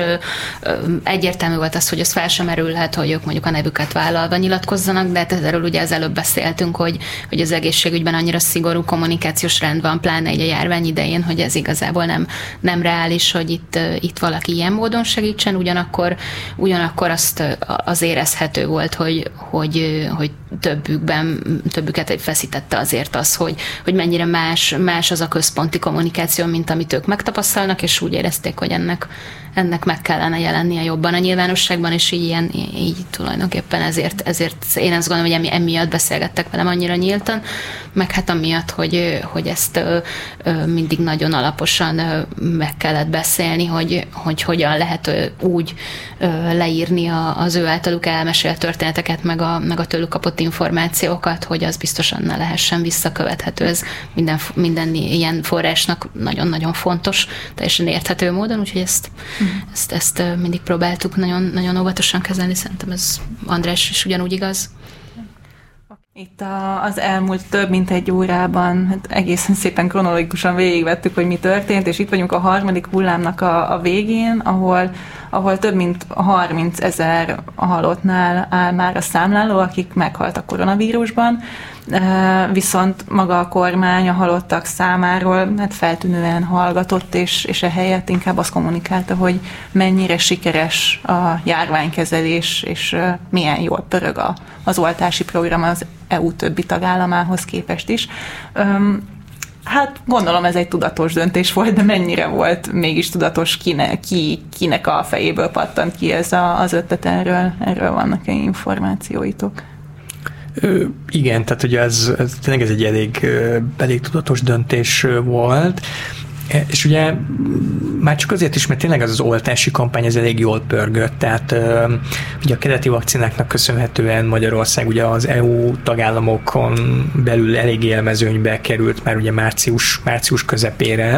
egyértelmű volt az, hogy az fel sem merülhet, hogy ők mondjuk a nevüket vállalva nyilatkozzanak, de hát erről ugye az előbb beszéltünk, hogy, hogy az egészségügyben annyira szigorú kommunikációs rend van, pláne egy a járvány idején, hogy ez igazából nem, nem reális, hogy itt, itt valaki ilyen módon segítsen. Ugyanakkor, ugyanakkor azt az érezhető volt, hogy, hogy, hogy többükben, többüket feszítette azért az, hogy, hogy mennyire más, más az a központi kommunikáció, mint amit ők megtapasztalnak, és úgy érezték, hogy ennek, ennek meg kellene jelennie jobban a nyilvánosságban, és így, ilyen, így tulajdonképpen ezért, ezért én azt gondolom, hogy emiatt beszélgettek velem annyira nyíltan, meg hát amiatt, hogy, hogy ezt ö, ö, mindig nagyon alaposan ö, meg kellett beszélni, hogy, hogy hogyan lehet ö, úgy ö, leírni a, az ő általuk elmesélt történeteket, meg a, meg a tőlük kapott információkat, hogy az biztosan ne lehessen visszakövethető. Ez minden, minden ilyen forrásnak nagyon-nagyon fontos, teljesen érthető módon, úgyhogy ezt, mm. ezt, ezt mindig próbáltuk nagyon, nagyon óvatosan kezelni. Szerintem ez András is ugyanúgy igaz. Itt a, az elmúlt több mint egy órában hát egészen szépen kronológikusan végigvettük, hogy mi történt, és itt vagyunk a harmadik hullámnak a, a végén, ahol, ahol több mint harminc ezer halottnál áll már a számláló, akik meghaltak koronavírusban, viszont maga a kormány a halottak számáról hát feltűnően hallgatott, és, és ehelyett inkább azt kommunikálta, hogy mennyire sikeres a járványkezelés, és milyen jól pörög a, az oltási program az é u többi tagállamához képest is. Hát gondolom ez egy tudatos döntés volt, de mennyire volt mégis tudatos, kine, ki, kinek a fejéből pattant ki ez a, az ötlet, erről, erről vannak-e információitok? Ö, igen, tehát ugye ez, ez tényleg ez egy elég, elég tudatos döntés volt, és ugye már csak azért is, mert tényleg az az oltási kampány ez elég jól pörgött, tehát ugye a keleti vakcináknak köszönhetően Magyarország ugye az é u tagállamokon belül elég élmezőnybe került már ugye március, március közepére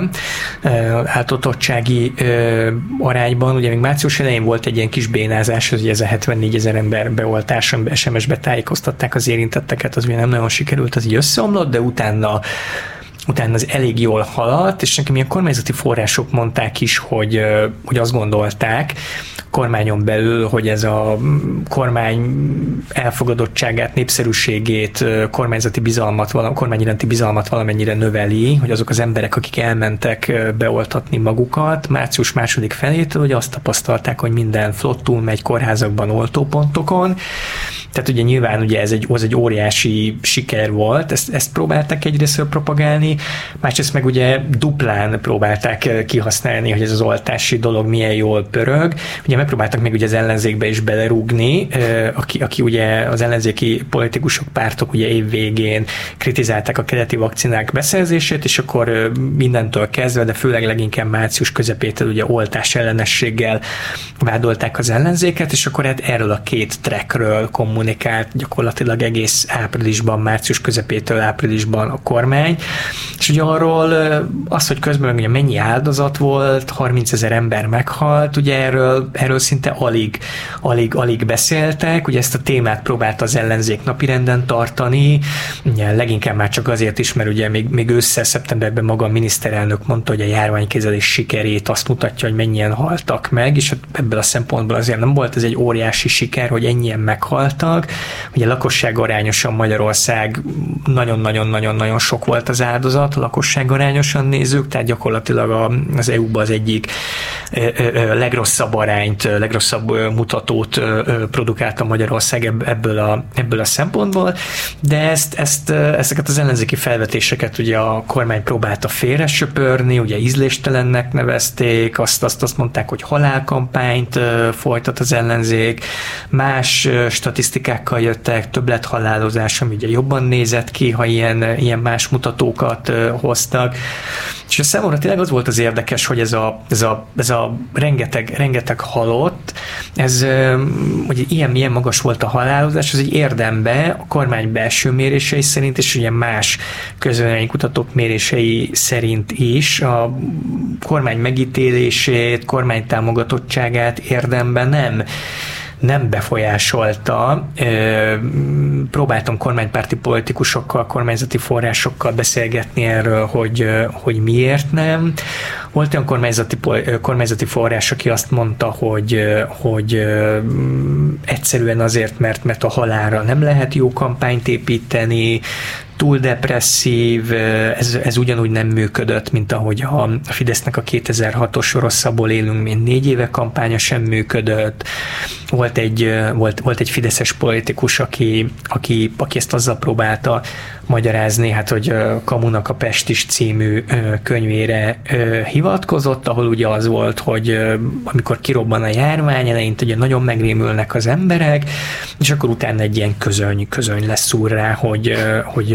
átoltottsági arányban, ugye még március elején volt egy ilyen kis bénázás, hogy ez a hetvennégy ezer ember beoltáson es em es-be tájékoztatták az érintetteket, az ugye nem nagyon sikerült, az így összeomlott, de utána utána az elég jól haladt, és nekem ilyen kormányzati források mondták is, hogy, hogy azt gondolták kormányon belül, hogy ez a kormány elfogadottságát, népszerűségét, kormányzati bizalmat, kormány iránti bizalmat valamennyire növeli, hogy azok az emberek, akik elmentek beoltatni magukat, március második felétől, hogy azt tapasztalták, hogy minden flottul megy kórházakban, oltópontokon. Tehát ugye nyilván ugye ez egy, az egy óriási siker volt, ezt, ezt próbálták egyrészt propagálni, másrészt meg ugye duplán próbálták kihasználni, hogy ez az oltási dolog milyen jól pörög. Ugye megpróbáltak még ugye az ellenzékbe is belerúgni, aki, aki ugye az ellenzéki politikusok, pártok ugye év végén kritizálták a keleti vakcinák beszerzését, és akkor mindentől kezdve, de főleg leginkább március közepétől ugye oltás ellenességgel vádolták az ellenzéket, és akkor hát erről a két trackről kommunikált gyakorlatilag egész áprilisban, március közepétől áprilisban a kormány, és ugye arról az, hogy közben ugye mennyi áldozat volt, harmincezer ember meghalt, ugye erről, erről szinte alig, alig, alig beszéltek, ugye ezt a témát próbálta az ellenzék napirenden tartani, ugye leginkább már csak azért is, mert ugye még, még ősszel, szeptemberben maga a miniszterelnök mondta, hogy a járványkezelés sikerét azt mutatja, hogy mennyien haltak meg, és ebből a szempontból azért nem volt ez egy óriási siker, hogy ennyien meghaltak. Ugye lakosság arányosan Magyarország nagyon-nagyon-nagyon-nagyon sok volt az áldozat, a lakosság arányosan nézzük, tehát gyakorlatilag az é u-ban az egyik legrosszabb arányt, legrosszabb mutatót produkálta Magyarország ebből a, ebből a szempontból, de ezt, ezt, ezeket az ellenzéki felvetéseket ugye a kormány próbálta félre söpörni, ugye ízléstelennek nevezték, azt, azt, azt mondták, hogy halálkampányt folytat az ellenzék, más statisztikákkal jöttek, többlethalálozás, ami ugye jobban nézett ki, ha ilyen, ilyen más mutatókat hoztak. És a számomra tényleg az volt az érdekes, hogy ez a, ez a, ez a rengeteg, rengeteg halott, ez ugye ilyen, ilyen magas volt a halálozás, az egy érdembe a kormány belső mérései szerint, és ugye más közvéleménykutatók mérései szerint is a kormány megítélését, kormány támogatottságát érdemben nem nem befolyásolta. Próbáltam kormánypárti politikusokkal, kormányzati forrásokkal beszélgetni erről, hogy, hogy miért nem. Volt olyan kormányzati, kormányzati forrás, aki azt mondta, hogy, hogy egyszerűen azért, mert, mert a halálra nem lehet jó kampányt építeni, túl depresszív, ez, ez ugyanúgy nem működött, mint ahogy a Fidesznek a kétezer-hatos rosszabbul élünk, mint négy éve kampánya sem működött. Volt egy, volt, volt egy fideszes politikus, aki, aki, aki ezt azzal próbálta magyarázni, hát, hogy Kamunak a Pestis című könyvére hivatkozott, ahol ugye az volt, hogy amikor kirobban a járvány, eleinte ugye nagyon megrémülnek az emberek, és akkor utána egy ilyen közöny, közöny lesz úr rá, hogy, hogy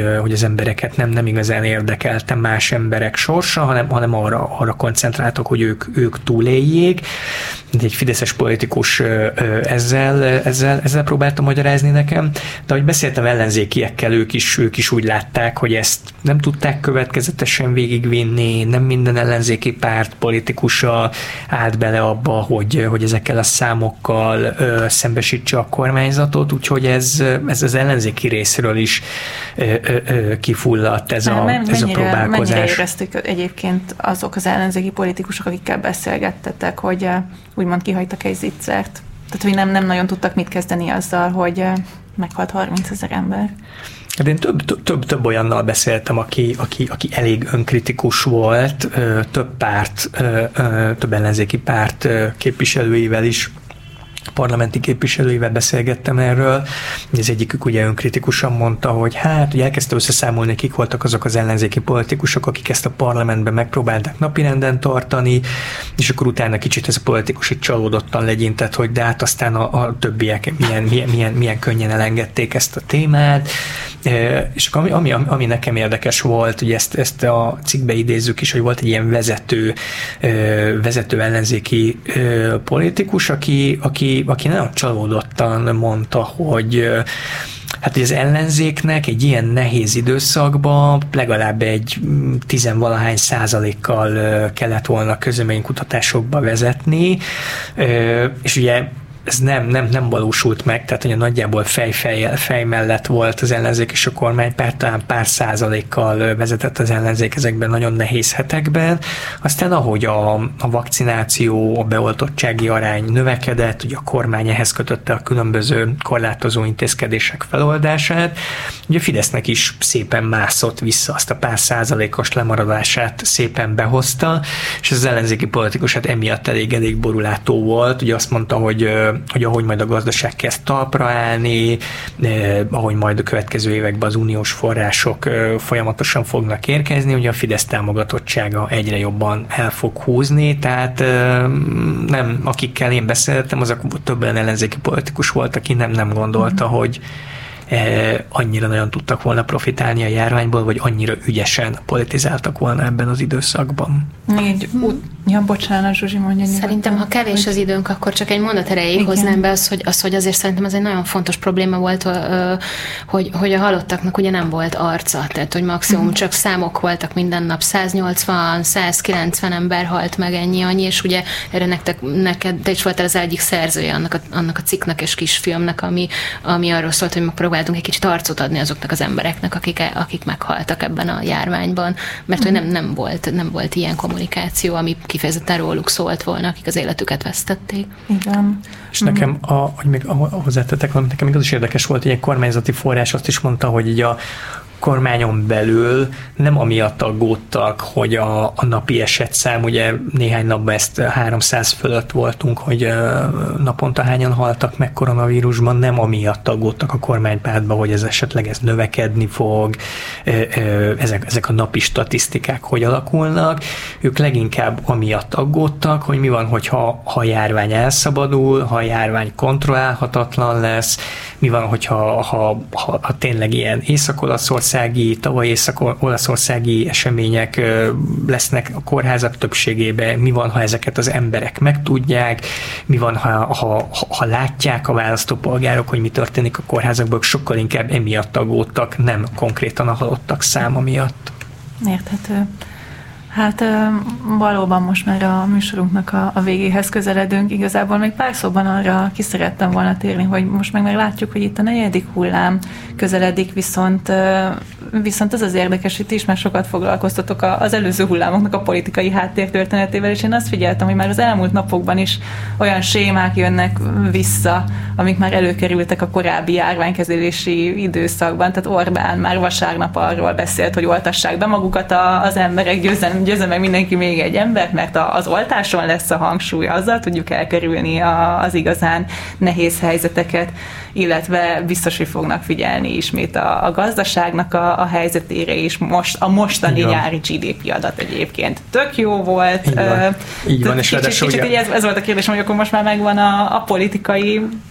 hogy az embereket nem, nem igazán érdekelte más emberek sorsa, hanem, hanem arra, arra koncentráltak, hogy ők, ők túléljék. Egy fideszes politikus ezzel, ezzel, ezzel próbálta magyarázni nekem, de ahogy beszéltem ellenzékiekkel, ők is, ők is úgy látták, hogy ezt nem tudták következetesen végigvinni, nem minden ellenzéki párt politikusa állt bele abba, hogy, hogy ezekkel a számokkal ö, szembesítse a kormányzatot, úgyhogy ez, ez az ellenzéki részről is ö, ö, kifulladt ez a, mennyire, ez a próbálkozás. Mennyire éreztük egyébként azok az ellenzéki politikusok, akikkel beszélgettetek, hogy úgymond kihagytak egy zicsert? Tehát, hogy nem, nem nagyon tudtak mit kezdeni azzal, hogy meghalt harmincezer ember. Hát én több, több, több, több olyannal beszéltem, aki, aki, aki elég önkritikus volt, több párt, több ellenzéki párt képviselőivel is, parlamenti képviselőivel beszélgettem erről. Az egyikük ugye önkritikusan mondta, hogy hát, ugye elkezdte összeszámolni, kik voltak azok az ellenzéki politikusok, akik ezt a parlamentben megpróbálták napirenden tartani, és akkor utána kicsit ez a politikus így csalódottan legyintett, hogy de hát aztán a, a többiek milyen, milyen, milyen, milyen könnyen elengedték ezt a témát. E, és ami, ami, ami nekem érdekes volt, ugye ezt, ezt a cikkbe idézzük is, hogy volt egy ilyen vezető, vezető ellenzéki politikus, aki, aki aki nagyon csalódottan mondta, hogy hát, hogy az ellenzéknek egy ilyen nehéz időszakban legalább egy tizenvalahány százalékkal kellett volna közvéleménykutatásokba vezetni, és ugye ez nem, nem, nem valósult meg, tehát ugye nagyjából fej, fej, fej mellett volt az ellenzék és a kormánypárt, talán pár százalékkal vezetett az ellenzék ezekben nagyon nehéz hetekben. Aztán ahogy a, a vakcináció, a beoltottsági arány növekedett, ugye a kormány ehhez kötötte a különböző korlátozó intézkedések feloldását, ugye a Fidesznek is szépen mászott vissza, azt a pár százalékos lemaradását szépen behozta, és az ellenzéki politikus hát emiatt elég-elég borulátó volt, ugye azt mondta, hogy hogy ahogy majd a gazdaság kezd talpra állni, eh, ahogy majd a következő években az uniós források eh, folyamatosan fognak érkezni, ugye a Fidesz támogatottsága egyre jobban el fog húzni, tehát eh, nem, akikkel én beszéltem, azok több ellenzéki politikus volt, aki nem, nem gondolta, mm. hogy eh, annyira nagyon tudtak volna profitálni a járványból, vagy annyira ügyesen politizáltak volna ebben az időszakban. Így, út, ja, bocsánat, Zsuzsi, mondja. Szerintem, ha kevés az időnk, akkor csak egy mondat erejéig hoznám be az hogy, az, hogy azért szerintem ez egy nagyon fontos probléma volt, hogy, hogy a halottaknak ugye nem volt arca, tehát, hogy maximum uh-huh. csak számok voltak minden nap, száznyolcvan, százkilencven ember halt meg, ennyi, annyi, és ugye erre nektek, neked, te is voltál az egyik szerzője annak a, annak a cikknek és kisfilmnek, ami, ami arról szólt, hogy megpróbáltunk egy kicsit arcot adni azoknak az embereknek, akik, akik meghaltak ebben a járványban, mert uh-huh. hogy nem, nem, volt, nem volt ilyen kommunikáció, ami kifejezetten róluk szólt volna, akik az életüket vesztették. Igen. És nekem, a, hogy még hozzátettek valamit, nekem még az is érdekes volt, hogy egy kormányzati forrás azt is mondta, hogy így a kormányon belül nem amiatt aggódtak, hogy a, a napi esetszám, ugye néhány napban ezt háromszáz fölött voltunk, hogy uh, naponta hányan haltak meg koronavírusban, nem amiatt aggódtak a kormánypártban, hogy ez esetleg ez növekedni fog, uh, uh, ezek, ezek a napi statisztikák hogy alakulnak. Ők leginkább amiatt aggódtak, hogy mi van, hogyha ha a járvány elszabadul, ha a járvány kontrollálhatatlan lesz, mi van, hogyha ha, ha, ha tényleg ilyen Észak-Olaszországi, tavaly Észak-Olaszországi események lesznek a kórházak többségében, mi van, ha ezeket az emberek megtudják, mi van, ha, ha, ha látják a választópolgárok, hogy mi történik a kórházakban, sokkal inkább emiatt aggódtak, nem konkrétan a halottak száma miatt. Érthető. Hát valóban most már a műsorunknak a, a végéhez közeledünk. Igazából még pár szóban arra ki szerettem volna térni, hogy most meg, meg látjuk, hogy itt a negyedik hullám közeledik, viszont, viszont az az érdekes, hogy ti is már sokat foglalkoztatok az előző hullámoknak a politikai háttértörténetével, és én azt figyeltem, hogy már az elmúlt napokban is olyan sémák jönnek vissza, amik már előkerültek a korábbi járványkezelési időszakban. Tehát Orbán már vasárnap arról beszélt, hogy oltassák be magukat az emberek, győzzen, győzzen meg mindenki még egy embert, mert az oltáson lesz a hangsúly, azzal tudjuk elkerülni az igazán nehéz helyzeteket, illetve biztos, hogy fognak figyelni ismét a, a gazdaságnak a, a helyzetére is. Most, a mostani nyári gé dé pé adat egyébként tök jó volt. Így van, uh, Így van és kicsit, kicsit ugye... ez, ez volt a kérdés, hogy akkor most már megvan a, a politikai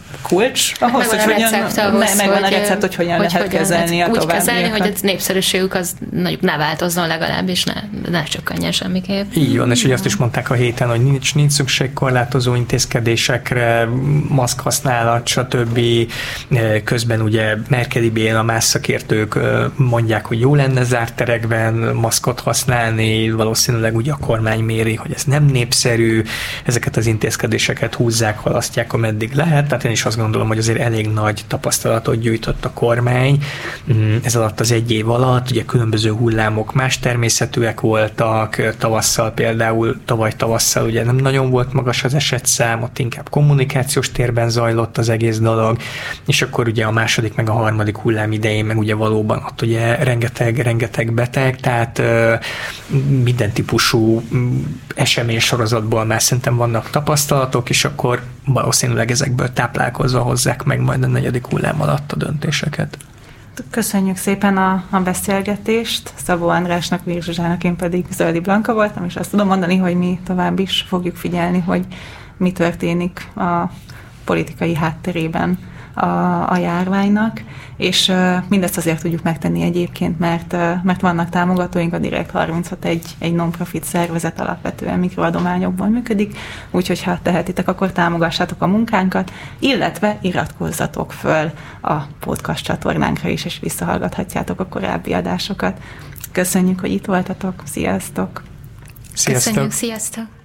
kulcs ahhoz, hogy hogyan, ahhoz, megvan a recept, hogy hogyan hogy lehet hogyan kezelni a úgy továbbiakat. kezelni, hogy a népszerűségük az nagyobb ne változzon legalábbis, ne, ne csökkenjen semmiképp. Így van, és ugye azt is mondták a héten, hogy nincs, nincs szükség korlátozó intézkedésekre, maszk használat, stb. Közben ugye Merkelibén a más szakértők mondják, hogy jó lenne zárt terekben maszkot használni, valószínűleg ugye a kormány méri, hogy ez nem népszerű, ezeket az intézkedéseket húzzák, halasztják, ameddig lehet. Tehát én is azt gondolom, hogy azért elég nagy tapasztalatot gyűjtött a kormány. Ez alatt az egy év alatt ugye különböző hullámok más természetűek voltak, tavasszal például, tavaly tavasszal ugye nem nagyon volt magas az esetszám, ott inkább kommunikációs térben zajlott az egész dolog, és akkor ugye a második meg a harmadik hullám idején meg ugye valóban ott ugye rengeteg, rengeteg beteg, tehát minden típusú esemény sorozatból már szerintem vannak tapasztalatok, és akkor valószínűleg ezekből táplálkozva hozzák meg majd a negyedik hullám alatt a döntéseket. Köszönjük szépen a, a beszélgetést. Szabó Andrásnak, Víg Zsuzsának, én pedig Zöldi Blanka voltam, és azt tudom mondani, hogy mi tovább is fogjuk figyelni, hogy mi történik a politikai hátterében a, a járványnak, és uh, mindezt azért tudjuk megtenni egyébként, mert, uh, mert vannak támogatóink, a Direkt harminchat egy, egy non-profit szervezet, alapvetően mikroadományokból működik, úgyhogy ha tehetitek, akkor támogassátok a munkánkat, illetve iratkozzatok föl a podcast csatornánkra is, és visszahallgathatjátok a korábbi adásokat. Köszönjük, hogy itt voltatok, sziasztok! Sziasztok! Köszönjük, sziasztok!